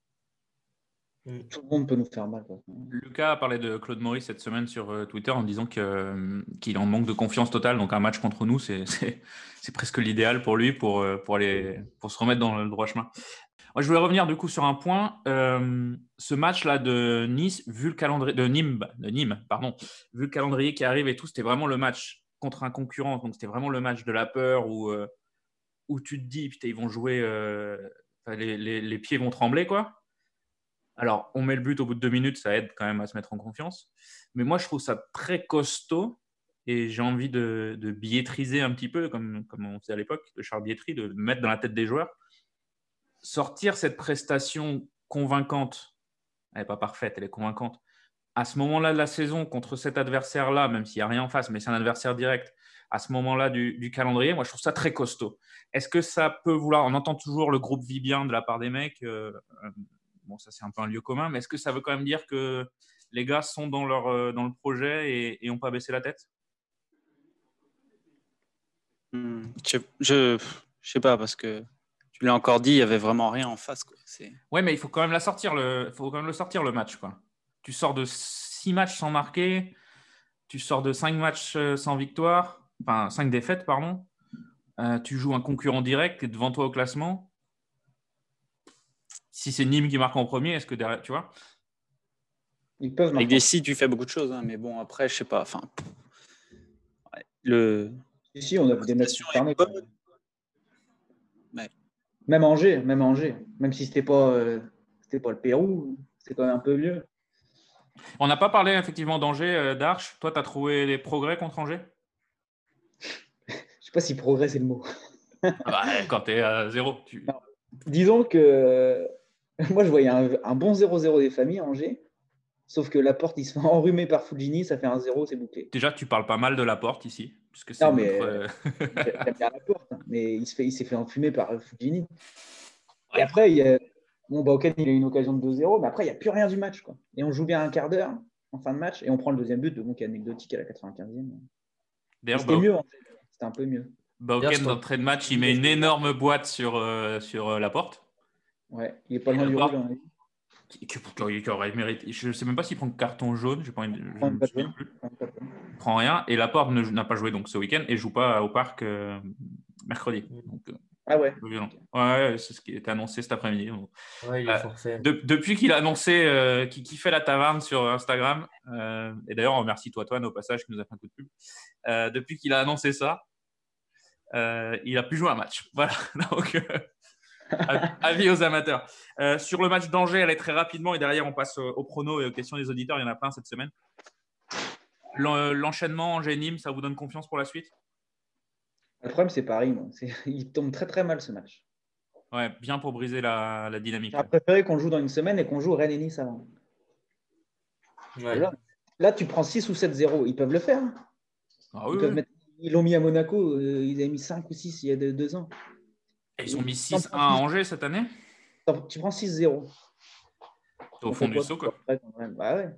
Tout le monde peut nous faire mal. Quoi. Lucas a parlé de Claude Maurice cette semaine sur euh, Twitter en disant que, euh, qu'il est en manque de confiance totale. Donc un match contre nous, c'est, c'est, c'est presque l'idéal pour lui pour, euh, pour, aller, pour se remettre dans le droit chemin. Moi, je voulais revenir du coup sur un point. Euh, ce match-là de Nice, vu le calendrier de Nîmes, de Nîmes, pardon, vu le calendrier qui arrive et tout, c'était vraiment le match contre un concurrent. Donc c'était vraiment le match de la peur où, euh, où tu te dis, putain, ils vont jouer, euh, les, les, les pieds vont trembler, quoi. Alors, on met le but au bout de deux minutes, ça aide quand même à se mettre en confiance. Mais moi, je trouve ça très costaud et j'ai envie de, de billettriser un petit peu, comme, comme on faisait à l'époque, de Charles Bietri, de mettre dans la tête des joueurs. Sortir cette prestation convaincante, elle n'est pas parfaite, elle est convaincante, à ce moment-là de la saison, contre cet adversaire-là, même s'il n'y a rien en face, mais c'est un adversaire direct, à ce moment-là du, du calendrier, moi, je trouve ça très costaud. Est-ce que ça peut vouloir… On entend toujours le groupe vit bien de la part des mecs euh, euh, Bon, ça, c'est un peu un lieu commun, mais est-ce que ça veut quand même dire que les gars sont dans, leur, euh, dans le projet et n'ont pas baissé la tête? Hmm, je, je, je sais pas, parce que tu l'as encore dit, il n'y avait vraiment rien en face. Quoi. C'est... Ouais, mais il faut quand même la sortir, le, faut quand même le sortir, le match. Quoi. Tu sors de six matchs sans marquer, tu sors de cinq matchs sans victoire, enfin cinq défaites, pardon. Euh, tu joues un concurrent direct, tu es devant toi au classement. Si c'est Nîmes qui marque en premier, est-ce que derrière, tu vois? Ils peuvent Avec marquer. des si, tu fais beaucoup de choses, hein, mais bon, après, je sais pas. Enfin, ouais, le. Ici, on a des matchs concernés. Ouais. Même Angers, même Angers, même si c'était pas, euh, c'était pas le Pérou, c'est quand même un peu mieux. On n'a pas parlé effectivement d'Angers, euh, d'Arche. Toi, tu as trouvé les progrès contre Angers? Je sais pas si progrès c'est le mot. Bah, quand tu es à zéro. Tu... Non. Disons que euh, moi, je voyais un, un bon zéro zéro des familles à Angers, sauf que Laporte, il se fait enrhumer par Fugini, ça fait un zéro, c'est bouclé. Déjà, tu parles pas mal de Laporte ici. Parce que c'est non, mais notre... euh... j'aime bien Laporte, mais il, se fait, il s'est fait enfumer par Fugini. Ouais. Et après, il y a... bon, bah, ok, il a eu une occasion de deux zéro, mais après, il n'y a plus rien du match, quoi. Et on joue bien un quart d'heure en fin de match, et on prend le deuxième but, donc anecdotique à la quatre-vingt-quinzième. D'ailleurs, c'était bah, mieux, en fait. C'était un peu mieux. Bauken, d'entrée de match, il met une énorme boîte sur, euh, sur euh, la porte. Ouais, il est pas loin du rouge. Hein. Qui, qui, qui aurait mérité. Je ne sais même pas s'il prend carton jaune. J'ai pas envie de... Je ne me souviens plus. Il prend rien. Et Laporte n'a pas joué donc ce week-end et joue pas au parc euh, mercredi. Donc, euh, ah ouais. Violent. Ouais, c'est ce qui est annoncé cet après-midi. Donc, ouais, il est forfait. Euh, de, depuis qu'il a annoncé euh, qu'il kiffait la taverne sur Instagram, euh, et d'ailleurs on remercie toi, Toine, au passage, qui nous a fait un coup de pub. Euh, depuis qu'il a annoncé ça, euh, il a pu jouer un match. Voilà. Donc, euh, avis aux amateurs. Euh, sur le match d'Angers, elle est très rapidement et derrière on passe au, au prono et aux questions des auditeurs. Il y en a plein cette semaine. L'enchaînement Angers-Nîmes, ça vous donne confiance pour la suite? Le problème, c'est Paris. C'est... Il tombe très très mal ce match. Ouais, bien pour briser la, la dynamique. J'aurais préféré qu'on joue dans une semaine et qu'on joue Rennes et Nice avant. Ouais. Là, là, tu prends six ou sept zéro. Ils peuvent le faire. Ah, ils, oui, peuvent oui. Mettre... ils l'ont mis à Monaco. Euh, ils avaient mis cinq ou six il y a deux, deux ans. Et ils ont mis six un à Angers cette année? Tu prends six zéro. Au fond du saut, quoi. Bah ouais.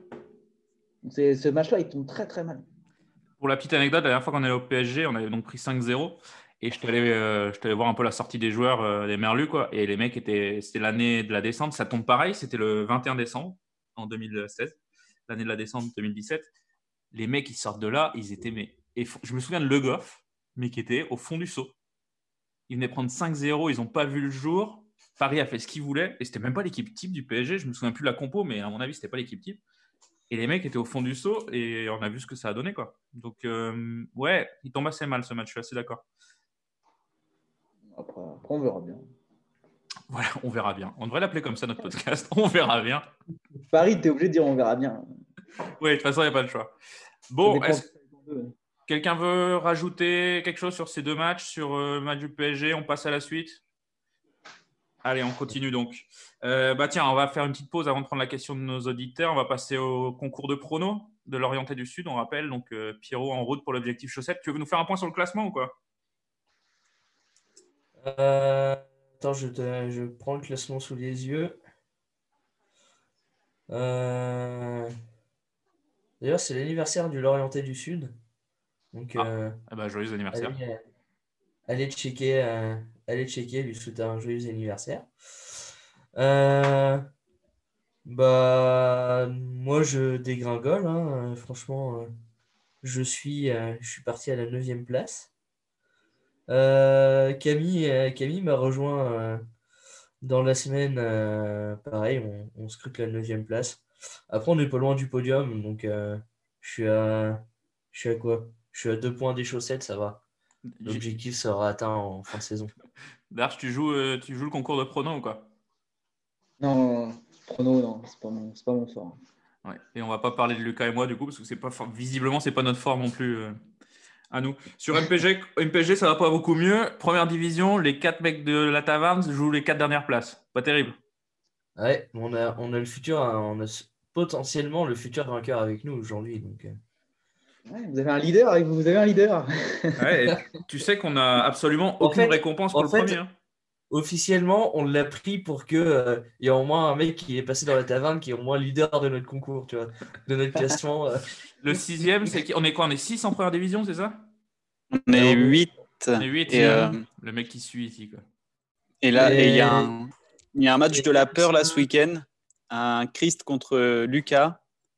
C'est, ce match-là, il tombe très très mal. Pour la petite anecdote, la dernière fois qu'on est allé au P S G, on avait donc pris cinq zéro. Et je t'allais, euh, je t'allais voir un peu la sortie des joueurs, euh, des Merlus, quoi. Et les mecs étaient, c'était l'année de la descente. Ça tombe pareil, c'était le vingt et un décembre en deux mille seize, l'année de la descente deux mille dix-sept. Les mecs, ils sortent de là, ils étaient, mais, et je me souviens de Le Goff, mais qui était au fond du saut. Ils venaient prendre cinq zéro, ils n'ont pas vu le jour. Paris a fait ce qu'il voulait, et c'était même pas l'équipe type du P S G. Je me souviens plus de la compo, mais à mon avis, c'était pas l'équipe type. Et les mecs étaient au fond du saut, et on a vu ce que ça a donné, quoi. Donc, euh, ouais, il tombe assez mal ce match, je suis assez d'accord. Après, après, on verra bien. Voilà, on verra bien. On devrait l'appeler comme ça, notre podcast. On verra bien. Paris, tu es obligé de dire on verra bien. Oui, de toute façon, il n'y a pas le choix. Bon, est-ce que quelqu'un veut rajouter quelque chose sur ces deux matchs, sur le match du P S G? On passe à la suite. Allez, on continue donc. Euh, bah tiens, on va faire une petite pause avant de prendre la question de nos auditeurs. On va passer au concours de pronos de l'Orienté du Sud, on rappelle. Donc, euh, Pierrot en route pour l'objectif chaussette. Tu veux nous faire un point sur le classement ou quoi? euh, Attends, je, te, je prends le classement sous les yeux. Euh... D'ailleurs, c'est l'anniversaire du Lorienté du Sud. Donc, ah, euh, eh ben, joyeux anniversaire. Allez, allez checker, euh, allez checker, lui souhaiter un joyeux anniversaire. Euh, bah, moi, je dégringole. Hein, franchement, euh, je suis, euh, je suis parti à la neuvième place. Euh, Camille, euh, Camille m'a rejoint euh, dans la semaine. Euh, pareil, on, on scrute la neuvième place. Après, on n'est pas loin du podium, donc euh, je suis à, je suis à quoi? Je suis à deux points des chaussettes, ça va. L'objectif sera atteint en fin de saison. Darche, tu joues, euh, tu joues le concours de pronos ou quoi? Non, pronos, non, c'est pas mon, c'est pas mon fort. Ouais. Et on va pas parler de Lucas et moi du coup parce que c'est pas fort. Visiblement c'est pas notre fort non plus euh, à nous. Sur M P G, M P G ça va pas beaucoup mieux. Première division, les quatre mecs de la Taverne jouent les quatre dernières places. Pas terrible. Ouais, on a, on a le futur, on a potentiellement le futur vainqueur avec nous aujourd'hui. Donc. Ouais, vous avez un leader avec vous, vous avez un leader. Ouais, tu sais qu'on a absolument aucune en fait, récompense pour en le fait, premier. Hein. Officiellement, on l'a pris pour que euh, il y a au moins un mec qui est passé dans la taverne qui est au moins leader de notre concours, tu vois, de notre classement. Euh. Le sixième, c'est qui? On est quoi? On est six en première division, c'est ça? On est huit. On est huit. Et euh... Le mec qui suit ici, quoi. Et là, il et... y, un... y a un match de la peur là ce week-end. Un Christ contre Lucas.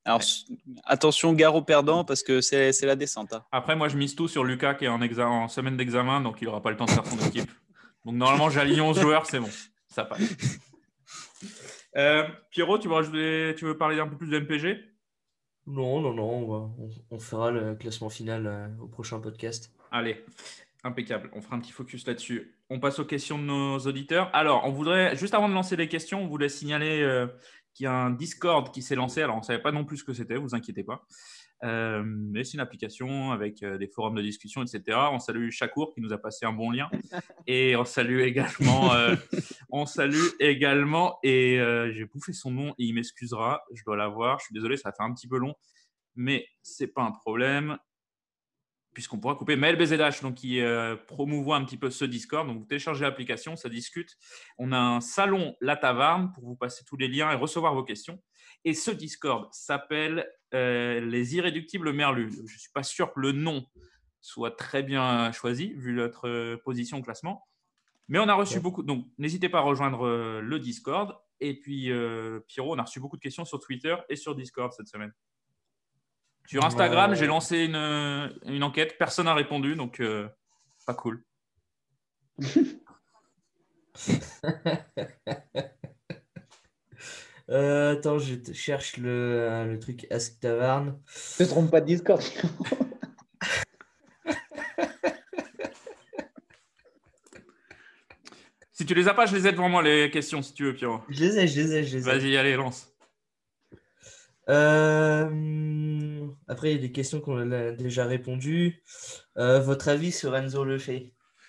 Alors, attention, gare aux perdants parce que c'est, c'est la descente. Hein. Après, moi, je mise tout sur Lucas qui est en, exa- en semaine d'examen, donc il n'aura pas le temps de faire son équipe. Donc, normalement, j'aligne onze joueurs, c'est bon. Ça passe. Euh, Pierrot, tu veux, rajouter, tu veux parler un peu plus de M P G ? Non, non, non, on, va, on, on fera le classement final euh, au prochain podcast. Allez, impeccable. On fera un petit focus là-dessus. On passe aux questions de nos auditeurs. Alors, on voudrait, juste avant de lancer les questions, on voulait signaler euh, qu'il y a un Discord qui s'est lancé. Alors, on ne savait pas non plus ce que c'était, vous inquiétez pas. Euh, mais c'est une application avec euh, des forums de discussion, et cetera. On salue Chakour qui nous a passé un bon lien. Et on salue également, euh, on salue également, et euh, j'ai bouffé son nom et il m'excusera, je dois l'avoir. Je suis désolé, ça fait un petit peu long, mais c'est pas un problème. Puisqu'on pourra couper Maël B Z H, donc qui euh, promouvoit un petit peu ce Discord. Donc, vous téléchargez l'application, ça discute. On a un salon La Taverne pour vous passer tous les liens et recevoir vos questions. Et ce Discord s'appelle euh, Les Irréductibles Merlus. Je ne suis pas sûr que le nom soit très bien choisi, vu notre euh, position au classement. Mais on a reçu ouais. beaucoup. Donc, n'hésitez pas à rejoindre euh, le Discord. Et puis, euh, Pierrot, on a reçu beaucoup de questions sur Twitter et sur Discord cette semaine. Sur Instagram, ouais. j'ai lancé une, une enquête. Personne n'a répondu, donc euh, pas cool. euh, attends, je te cherche le, le truc Ask Taverne. Ne te trompe pas de Discord. Si tu les as pas, je les ai devant moi, les questions, si tu veux, Pierrot. Je les ai, je les ai, je les ai. Vas-y, allez, lance. Euh... Après, il y a des questions qu'on a déjà répondu. Euh, votre avis sur Enzo Lefebvre ?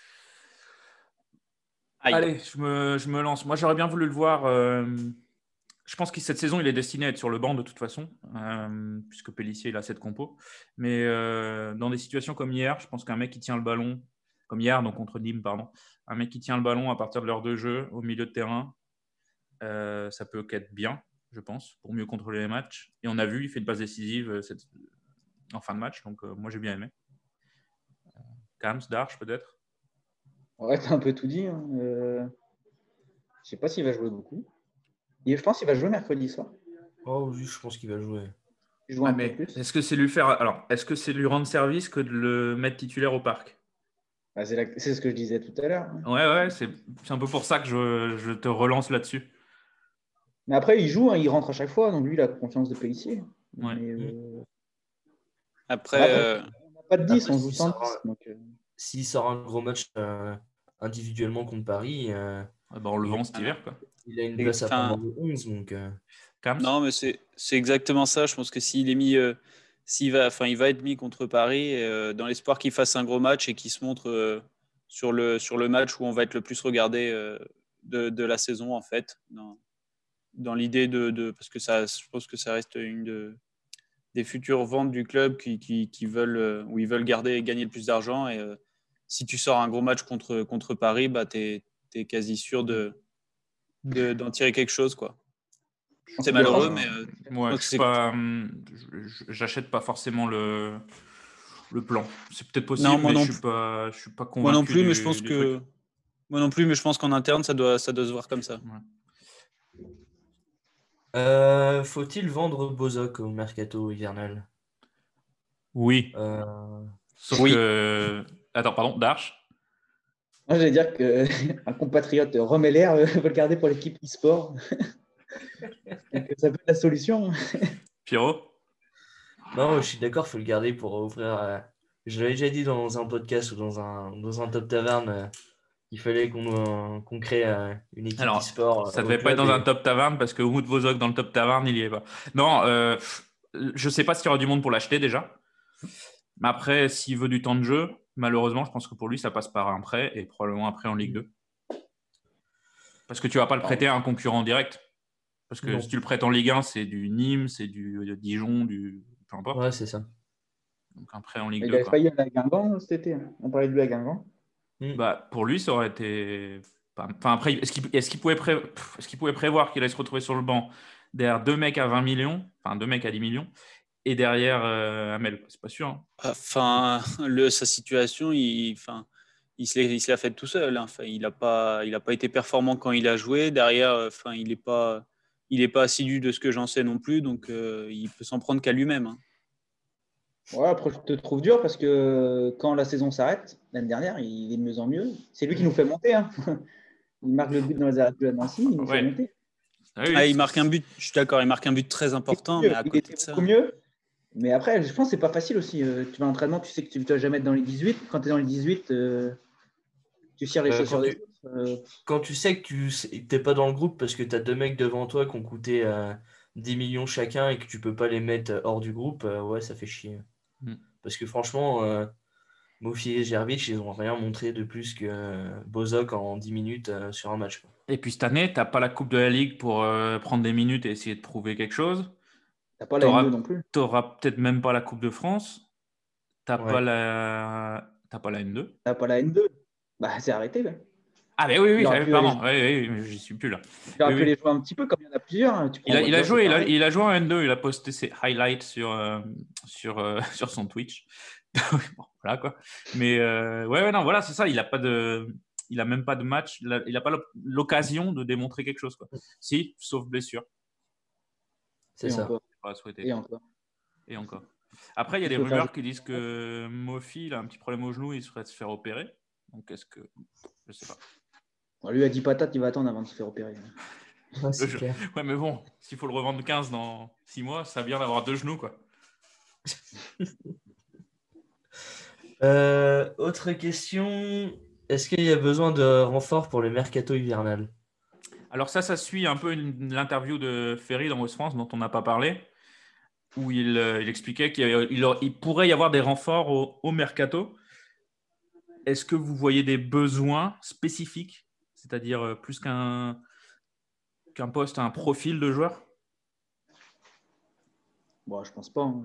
Allez, je me, je me lance. Moi, j'aurais bien voulu le voir. Euh... Je pense que cette saison, il est destiné à être sur le banc de toute façon, euh, puisque Pélissier, il a cette compo. Mais euh, dans des situations comme hier, je pense qu'un mec qui tient le ballon, comme hier, donc contre Nîmes, pardon, un mec qui tient le ballon à partir de l'heure de jeu, au milieu de terrain, euh, ça peut qu'être bien, je pense, pour mieux contrôler les matchs. Et on a vu, il fait une passe décisive euh, cette... en fin de match, donc euh, moi, j'ai bien aimé. Euh, Kams, Darche, peut-être ? Ouais, t'as un peu tout dit. Hein. Euh... Je sais pas s'il va jouer beaucoup. Et je pense qu'il va jouer mercredi soir. Oh oui, je pense qu'il va jouer. Il joue ah, un mais peu plus. Est-ce que c'est lui faire alors est-ce que c'est lui rendre service que de le mettre titulaire au parc ? Bah, c'est, la... c'est ce que je disais tout à l'heure. Ouais, ouais, c'est, c'est un peu pour ça que je, je te relance là-dessus. Mais après, il joue, hein, il rentre à chaque fois, donc lui, il a confiance de Pélissier. Ouais. Mais, euh... Après, après euh... on n'a pas de dix, après, on joue sans sort, dix. Donc, euh... s'il sort un gros match euh, individuellement contre Paris, euh, ah bah on le vend cet hiver, quoi. Il a une place à prendre de onze, donc. Euh... Non, mais c'est, c'est exactement ça. Je pense que s'il est mis, euh, s'il va, enfin, il va être mis contre Paris euh, dans l'espoir qu'il fasse un gros match et qu'il se montre euh, sur le sur le match où on va être le plus regardé euh, de, de la saison en fait. Dans, dans l'idée de, de parce que ça, je pense que ça reste une de, des futures ventes du club qui, qui, qui veulent euh, où ils veulent garder et gagner le plus d'argent et euh, si tu sors un gros match contre contre Paris, bah t'es t'es quasi sûr de, de d'en tirer quelque chose quoi. C'est malheureux, mais euh, ouais, je pas, j'achète pas forcément le, le plan. C'est peut-être possible, non, moi mais non je suis pas, je suis pas convaincu. Moi non plus, du, mais je pense que, truc. moi non plus, mais je pense qu'en interne, ça doit, ça doit se voir comme ça. Ouais. Euh, faut-il vendre Bozok au mercato hivernal ? Oui. Euh... Sauf oui. que, attends, pardon, Darche. Moi, j'allais dire qu'un compatriote Romeller veut le garder pour l'équipe e-sport. Donc, ça peut être la solution. Pierrot ? Non, je suis d'accord, il faut le garder pour ouvrir. Euh... Je l'avais déjà dit dans un podcast ou dans un, dans un top taverne, euh, il fallait qu'on, euh, qu'on crée euh, une équipe Alors, e-sport. Ça ne devait pas être dans et... un top taverne parce que Wout Vozok dans le top taverne, il n'y est pas. Non, euh, je ne sais pas s'il y aura du monde pour l'acheter déjà. Mais après, s'il veut du temps de jeu, malheureusement, je pense que pour lui, ça passe par un prêt et probablement un prêt en Ligue deux. Parce que tu ne vas pas le prêter à un concurrent direct. Parce que non. Si tu le prêtes en Ligue un, c'est du Nîmes, c'est du Dijon, du peu importe. Ouais, c'est ça. Donc un prêt en Ligue il deux. Il a failli aller à Guingamp cet été. On parlait de lui à Guingamp. Bah, pour lui, ça aurait été. Enfin, après, est-ce qu'il, est-ce qu'il, pouvait, pré... est-ce qu'il pouvait prévoir qu'il allait se retrouver sur le banc derrière deux mecs à vingt millions, enfin deux mecs à dix millions, et derrière euh, Amel ? C'est pas sûr. Hein. Enfin, le, sa situation, il. Enfin... Il se, il se l'a fait tout seul. Hein. Enfin, il n'a pas, il a pas été performant quand il a joué. Derrière, enfin, il n'est pas, il n'est pas assidu de ce que j'en sais non plus, donc euh, il peut s'en prendre qu'à lui-même. Hein. Ouais, après, je te trouve dur parce que quand la saison s'arrête, l'année dernière, il est de mieux en mieux. C'est lui qui nous fait monter. Hein. Il marque le but dans les arrêts de Nancy, il nous Ouais. fait monter. Ah oui, Ah, il marque un but, je suis d'accord, il marque un but très important, mieux, mais à il côté était de ça. beaucoup mieux. Mais après, je pense que c'est pas facile aussi. Euh, tu vas à l'entraînement, tu sais que tu ne vas jamais être dans les dix-huit. Quand tu es dans les dix-huit, euh, tu tires les Euh, chaussures quand, des tu, autres. Euh, quand tu sais que tu n'es pas dans le groupe parce que tu as deux mecs devant toi qui ont coûté euh, dix millions chacun et que tu peux pas les mettre hors du groupe, euh, ouais, ça fait chier. Mm. Parce que franchement, euh, Mofi et Gervich, ils ont rien montré de plus que euh, Bozok en dix minutes euh, sur un match. Quoi. Et puis cette année, tu n'as pas la Coupe de la Ligue pour euh, prendre des minutes et essayer de prouver quelque chose. T'as pas la T'auras- N deux non plus. Tu n'auras peut-être même pas la Coupe de France. Tu n'as Ouais. pas, la... t'as pas la N deux. T'as pas la N deux. Bah, c'est arrêté. Là. Ah, mais oui, oui, Il aurait oui pu pardon. aller- Oui, oui, oui, mais j'y suis plus là. Tu aurais Oui, pu oui. les jouer un petit peu, comme il y en a plusieurs. Tu prends Il a, il a Voiture, joué, c'est il a, pareil. il a joué en N deux, il a posté ses highlights sur, euh, sur, euh, sur son Twitch. Bon, voilà quoi. Mais euh, ouais, ouais, non, voilà, c'est ça. Il a pas de, il a même pas de match. Il a, il a pas l'occasion de démontrer quelque chose quoi. Si, sauf blessure. C'est Et ça. encore. Pas à souhaiter. Et encore. Et encore. Après, il y a Il des faut faire rumeurs jouer. qui disent que Mofi il a un petit problème au genou, il serait de se faire opérer. Donc est-ce que, je sais pas. Bon, lui a dit patate, il va attendre avant de se faire opérer. Ouais, c'est Je- clair. Ouais, mais bon, s'il faut le revendre quinze dans six mois, ça vient d'avoir deux genoux quoi. Euh, autre question. Est-ce qu'il y a besoin de renfort pour le mercato hivernal? Alors ça, ça suit un peu une- l'interview de Ferry dans West France dont on n'a pas parlé, où il, euh, il expliquait qu'il y a- il aur- il pourrait y avoir des renforts au, au mercato. Est-ce que vous voyez des besoins spécifiques, c'est-à-dire euh, plus qu'un qu'un poste, un profil de joueur? Bon, je pense pas. hein.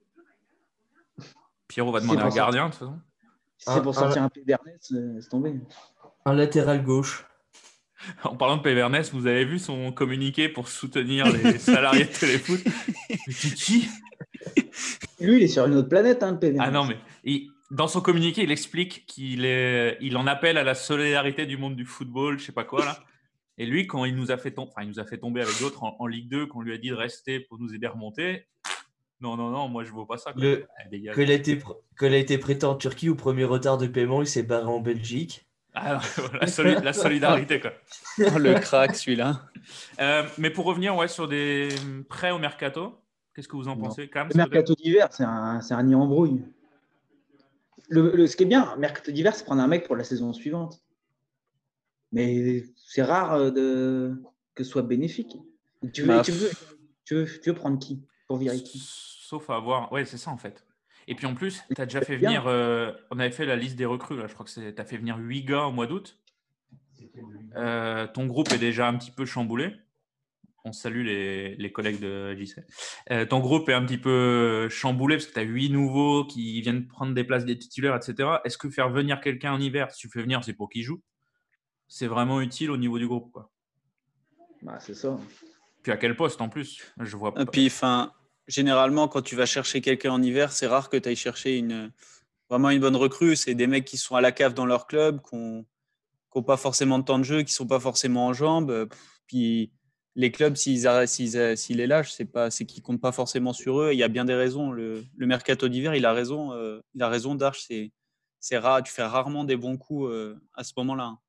Pierrot va Si demander c'est un pour gardien de toute façon. Si c'est pour Un- sortir un- un Pébernet, c'est tombé. Un latéral gauche. En parlant de Pévernès, vous avez vu son communiqué pour soutenir les salariés de Téléfoot? Mais c'est qui? Lui, il est sur une autre planète, hein, le Pébernet. Ah non, mais il- dans son communiqué, il explique qu'il est, il en appelle à la solidarité du monde du football, je sais pas quoi là. Et lui, quand il nous a fait, tom- enfin, il nous a fait tomber avec d'autres en, en Ligue deux, qu'on lui a dit de rester pour nous aider à remonter. Non, non, non, moi je vaux pas ça. Quoi. Le- Ah, dégage. Quand il a été, pr- quand il a été prêté en Turquie au premier retard de paiement, il s'est barré en Belgique. Ah, la, soli- la solidarité quoi. Oh, le crack, celui-là. Euh, mais pour revenir ouais, sur des prêts au mercato, qu'est-ce que vous en Non. pensez, Kams, Le mercato d'hiver, c'est un, c'est un nid en brouille. Le, le- ce qui est bien, le mercato d'hiver, c'est prendre un mec pour la saison suivante. Mais c'est rare euh, de, que ce soit bénéfique. Et tu, veux, Bah, tu, veux, tu, veux, tu veux prendre qui pour virer qui? Sauf à avoir. Ouais, c'est ça en fait. Et puis en plus, tu as déjà fait Bien. venir. euh, on avait fait la liste des recrues, là. Je crois que tu as fait venir huit gars au mois d'août. Euh, ton groupe est déjà un petit peu chamboulé. On salue les, les collègues de J C. Euh, ton groupe est un petit peu chamboulé parce que tu as huit nouveaux qui viennent prendre des places des titulaires, et cetera. Est-ce que faire venir quelqu'un en hiver, si tu fais venir, c'est pour qu'il joue? C'est vraiment utile au niveau du groupe, quoi. Bah, c'est ça. Puis à quel poste en plus? Je vois pas. Et puis, enfin, généralement, quand tu vas chercher quelqu'un en hiver, c'est rare que tu ailles chercher une, vraiment une bonne recrue. C'est des mecs qui sont à la cave dans leur club, qui n'ont pas forcément de temps de jeu, qui ne sont pas forcément en jambes. Puis les clubs, s'ils arrêtent- s'ils s'ils les lâchent, c'est pas, c'est qu'ils ne comptent pas forcément sur eux. Il y a bien des raisons. Le, le mercato d'hiver, il a raison. Euh, il a raison, Darche. C'est, c'est rare. Tu fais rarement des bons coups euh, à ce moment-là.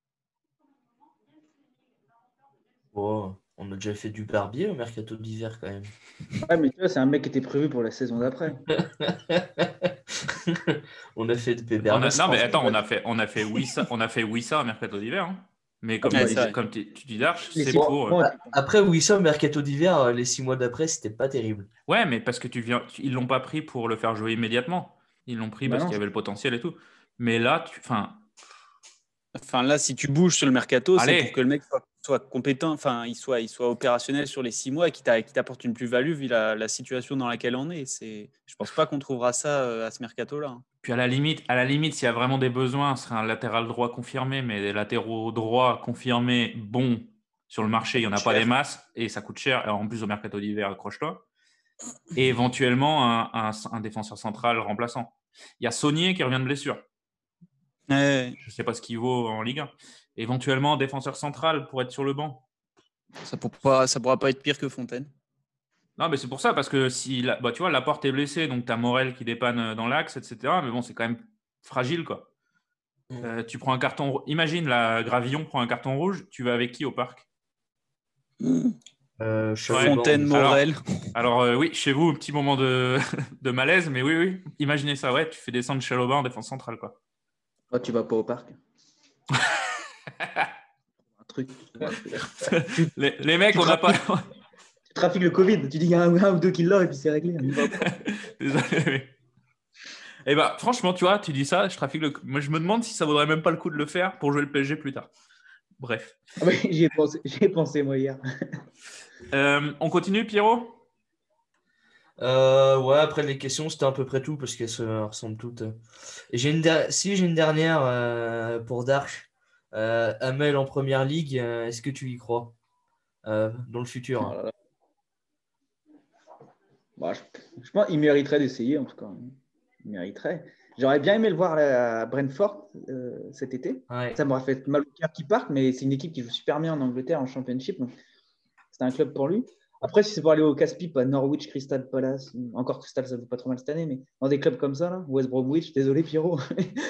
Oh, on a déjà fait du barbier au mercato d'hiver quand même. Ouais, mais tu vois, c'est un mec qui était prévu pour la saison d'après. On a fait de On Pébernas. a- non, mais attends, on a fait, on a fait Wissa, on a fait Wissa au mercato d'hiver. hein. Mais comme, Ouais, tu, c'est vrai. comme tu, tu dis, Darche, Les c'est six- pour. bon, euh, Après, Wissam, mercato d'hiver, euh, les six mois d'après, c'était pas terrible. Ouais, mais parce que tu viens, tu- ils l'ont pas pris pour le faire jouer immédiatement. Ils l'ont pris Bah parce non, qu'il y avait le potentiel et tout. Mais là, tu, enfin, Enfin, là, si tu bouges sur le mercato, c'est Allez. pour que le mec soit, soit compétent, enfin, il soit, il soit opérationnel sur les six mois et qu'il t'a- qu'il t'apporte une plus-value vu la, la situation dans laquelle on est. C'est, je pense pas qu'on trouvera ça euh, à ce mercato-là. hein. puis à la limite, à la limite, s'il y a vraiment des besoins, ce serait un latéral droit confirmé, mais des latéraux droits confirmés, bons sur le marché, il n'y en a pas Cher. des masses et ça coûte cher. Alors, en plus, au mercato d'hiver, accroche-toi. Et éventuellement, un, un- un défenseur central remplaçant. Il y a Saunier qui revient de blessure. Ouais. Je ne sais pas ce qu'il vaut en Ligue un. Éventuellement, un défenseur central pour être sur le banc. Ça ne pourra, ça pourra pas être pire que Fontaine. Non, mais c'est pour ça, parce que si la, bah, tu vois, Laporte est blessé, donc tu as Morel qui dépanne dans l'axe, et cetera. Mais bon, c'est quand même fragile, quoi. Mmh. Euh, tu prends un carton. Imagine, la Gravillon prend un carton rouge, tu vas avec qui au parc? mmh. euh, ouais, Fontaine, Morel. Alors, alors euh, oui, chez vous, petit moment de, de malaise, mais oui, oui. Imaginez ça, ouais, tu fais descendre Chalobah en défense centrale, quoi. Oh, tu vas pas au parc. un truc. les, les mecs, tu on n'a pas. Tu trafiques le Covid, tu dis qu'il y a un, un ou deux qui l'ont et puis c'est réglé. Désolé. Et bah, franchement, tu vois, tu dis ça, je trafique le. Moi, je me demande si ça vaudrait même pas le coup de le faire pour jouer le P S G plus tard. Bref. Ah oui, j'y ai pensé, j'y ai pensé moi hier. euh, on continue, Pierrot? Euh, ouais, après les questions, c'était à peu près tout parce qu'elles se ressemblent toutes. Et j'ai une der... Si j'ai une dernière euh, pour Dark, euh, Amel en première ligue, euh, est-ce que tu y crois euh, dans le futur hein. Oh bah, je, je pense qu'il mériterait d'essayer en tout cas. Il mériterait. J'aurais bien aimé le voir à Brentford euh, cet été. Ouais. Ça m'aurait fait mal au cœur qu'il parte, mais c'est une équipe qui joue super bien en Angleterre en Championship. Donc c'est un club pour lui. Après, si c'est pour aller au casse-pipe à Norwich, Crystal Palace, encore Crystal, ça ne joue pas trop mal cette année, mais dans des clubs comme ça, là, West Bromwich, désolé Pierrot.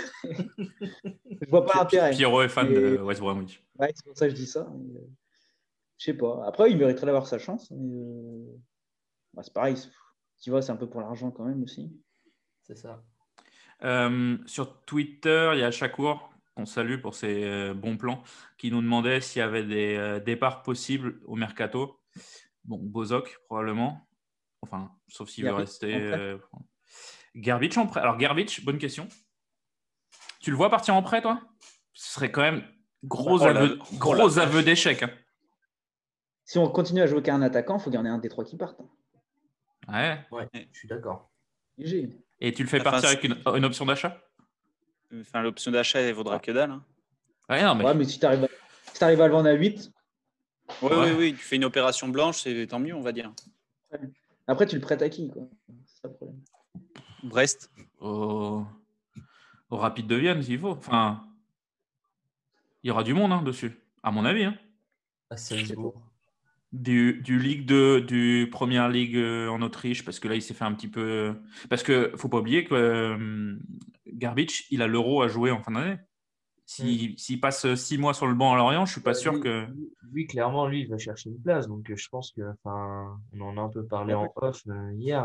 Je vois pas l'intérêt. Pierrot est fan mais... de West Bromwich. Ouais, c'est pour ça que je dis ça. Mais, euh, je sais pas. Après, il mériterait d'avoir sa chance. Mais, euh... bah, c'est pareil. Tu vois, c'est un peu pour l'argent quand même aussi. C'est ça. Euh, sur Twitter, il y a Chakour, qu'on salue pour ses euh, bons plans, qui nous demandait s'il y avait des euh, départs possibles au mercato. Bon, Bozok, probablement. Enfin, sauf s'il veut rester. Euh... Gerbic en prêt. Alors, Gerbic, bonne question. Tu le vois partir en prêt, toi? Ce serait quand même gros, oh aveu, la... gros oh aveu d'échec. Hein. Si on continue à jouer qu'un attaquant, il faut qu'il y en ait un des trois qui partent. Ouais. Ouais, je suis d'accord. Et tu le fais partir enfin, avec une, une option d'achat? Enfin, l'option d'achat, elle vaudra que dalle. Hein. Ouais, non, mais... Ouais, mais si tu arrives à... si à le vendre à huit. Oui, ouais. oui, oui, tu fais une opération blanche, c'est tant mieux, on va dire. Après, tu le prêtes à qui, quoi? C'est ça le problème. Brest. Au, Au Rapide de Vienne, s'il faut. Enfin, il y aura du monde hein, dessus, à mon avis. Hein. À Salzbourg. Du, du Ligue deux, du Première Ligue en Autriche, parce que là, il s'est fait un petit peu... Parce qu'il ne faut pas oublier que euh, Gerbic, il a l'Euro à jouer en fin d'année. S'il, mmh. s'il passe six mois sur le banc à Lorient, je ne suis pas bah, sûr lui, que... Lui, clairement, lui, il va chercher une place. Donc, je pense que... Enfin, on en a un peu parlé en off euh, hier.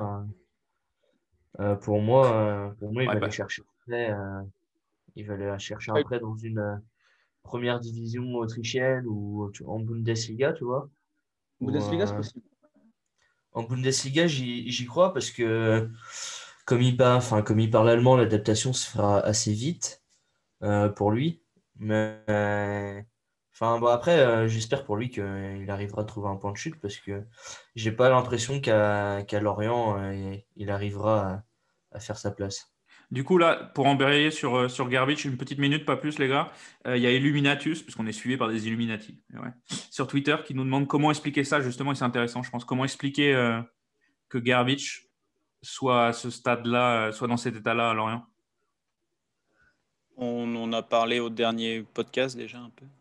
Euh, pour moi, euh, pour moi, il ouais, va bah. aller chercher après. Euh, il va aller chercher ouais. après dans une euh, première division autrichienne ou en Bundesliga, tu vois. Bundesliga, c'est possible. En Bundesliga, j'y, j'y crois parce que comme il parle, enfin, comme il parle allemand, l'adaptation se fera assez vite euh, pour lui. Mais euh, enfin, bon, après, euh, j'espère pour lui qu'il arrivera à trouver un point de chute parce que j'ai pas l'impression qu'à, qu'à Lorient, euh, il arrivera à, à faire sa place. Du coup, là, pour embrayer sur, sur Gerbic, une petite minute, pas plus, les gars. Il euh, y a Illuminatus, parce qu'on est suivi par des Illuminati, ouais, sur Twitter, qui nous demande comment expliquer ça, justement, et c'est intéressant, je pense. Comment expliquer euh, que Gerbic soit à ce stade-là, soit dans cet état-là à Lorient? On en a parlé au dernier podcast, déjà, un peu.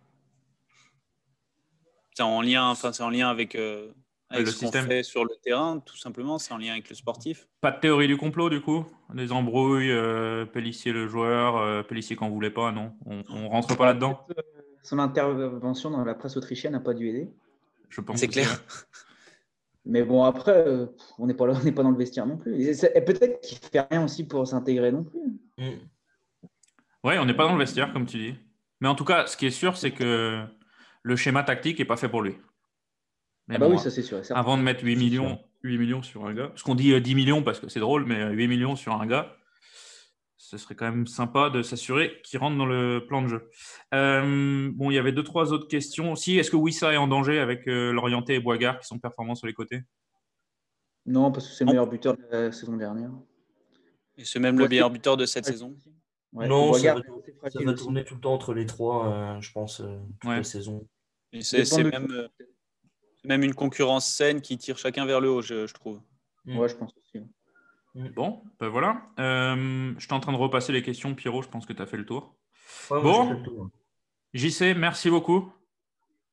C'est en lien, enfin, c'est en lien avec... Euh... Avec le ce système qu'on fait sur le terrain, tout simplement, c'est en lien avec le sportif. Pas de théorie du complot, du coup? Des embrouilles, euh, Pélissier le joueur, euh, Pélissier qu'on voulait pas, non? On ne rentre pas là-dedans? Son intervention dans la presse autrichienne n'a pas dû aider. Je pense c'est clair. C'est... Mais bon, après, euh, on n'est pas là, on n'est pas dans le vestiaire non plus. Et, et peut-être qu'il ne fait rien aussi pour s'intégrer non plus. Mm. Oui, on n'est pas dans le vestiaire, comme tu dis. Mais en tout cas, ce qui est sûr, c'est que le schéma tactique n'est pas fait pour lui. Ah bah bon, oui, ça c'est sûr. Avant de mettre huit millions, huit millions sur un gars, parce qu'on dit dix millions parce que c'est drôle, mais huit millions sur un gars, ce serait quand même sympa de s'assurer qu'il rentre dans le plan de jeu. Euh, bon, il y avait deux, trois autres questions aussi. Est-ce que Wissa est en danger avec euh, Lorienté et Boigard qui sont performants sur les côtés? Non, parce que c'est le meilleur buteur de la saison dernière. Et c'est même le meilleur buteur de cette ouais. saison. Ouais. Non, Boigard, ça, va, ça va tourner tout le temps entre les trois, euh, je pense, euh, toute ouais. la saison. Et c'est, c'est même... Euh, Même une concurrence saine qui tire chacun vers le haut, je, je trouve. Ouais, je pense aussi. Bon, ben voilà. Euh, je suis en train de repasser les questions, Pierrot. Je pense que tu as fait le tour. Ouais, bon, fait le tour. J C, merci beaucoup.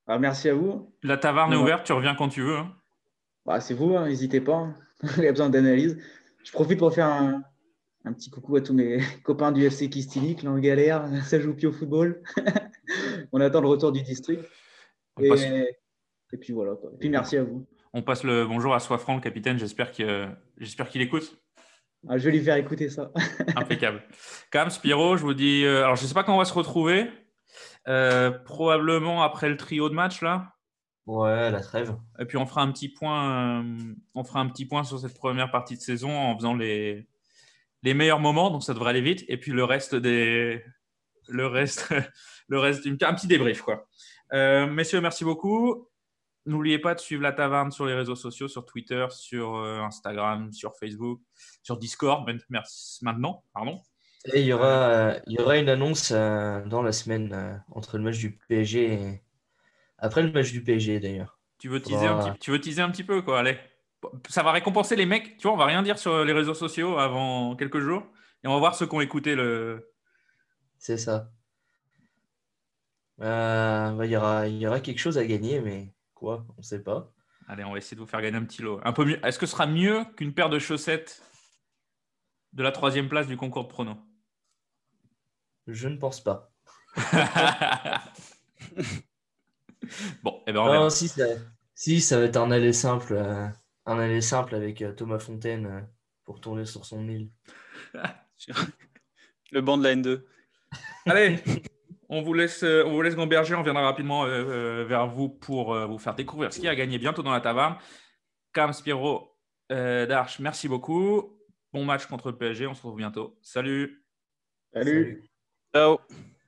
Alors, merci à vous. La taverne est Ouais. ouverte, tu reviens quand tu veux. Hein. Bah, c'est vous, hein, n'hésitez pas. Hein. Il y a besoin d'analyse. Je profite pour faire un, un petit coucou à tous mes copains du F C Kistinik, là en galère. Ça joue plus au football. On attend le retour du district. On Et, passe- et puis voilà. Quoi. Et puis merci à vous. On passe le bonjour à Soifran, le capitaine. J'espère que, j'espère qu'il écoute. Ah, je vais lui faire écouter ça. Impeccable. Cam, Spiro, je vous dis. euh, alors, je ne sais pas quand on va se retrouver. Euh, probablement après le trio de match là. Ouais, la trêve. Et puis on fera un petit point. euh, on fera un petit point sur cette première partie de saison en faisant les les meilleurs moments. Donc ça devrait aller vite. Et puis le reste des le reste le reste un petit débrief quoi. Euh, messieurs, merci beaucoup. N'oubliez pas de suivre la taverne sur les réseaux sociaux, sur Twitter, sur euh, Instagram, sur Facebook, sur Discord. Merci maintenant, pardon. Et il y aura, euh, il y aura une annonce euh, dans la semaine euh, entre le match du P S G et après le match du P S G d'ailleurs. Tu veux teaser un petit, tu veux teaser un petit peu quoi, allez. Ça va récompenser les mecs. Tu vois, on va rien dire sur les réseaux sociaux avant quelques jours et on va voir ceux qui ont écouté le. C'est ça. Euh, bah, il y aura, il y aura quelque chose à gagner, mais quoi, on ne sait pas. Allez, on va essayer de vous faire gagner un petit lot. Un peu mieux. Est-ce que ce sera mieux qu'une paire de chaussettes de la troisième place du concours de pronos? Je ne pense pas. Bon, et ben on non, verra. si ça, si, ça va être un aller simple, euh, un aller simple avec euh, Thomas Fontaine euh, pour tourner sur son île. Le banc de la N deux. Allez, on vous laisse, on vous laisse gamberger. On viendra rapidement euh, euh, vers vous pour euh, vous faire découvrir ce qui a gagné bientôt dans la taverne. Cam, Spiro, euh, Darche, merci beaucoup. Bon match contre le P S G. On se retrouve bientôt. Salut. Salut. Ciao.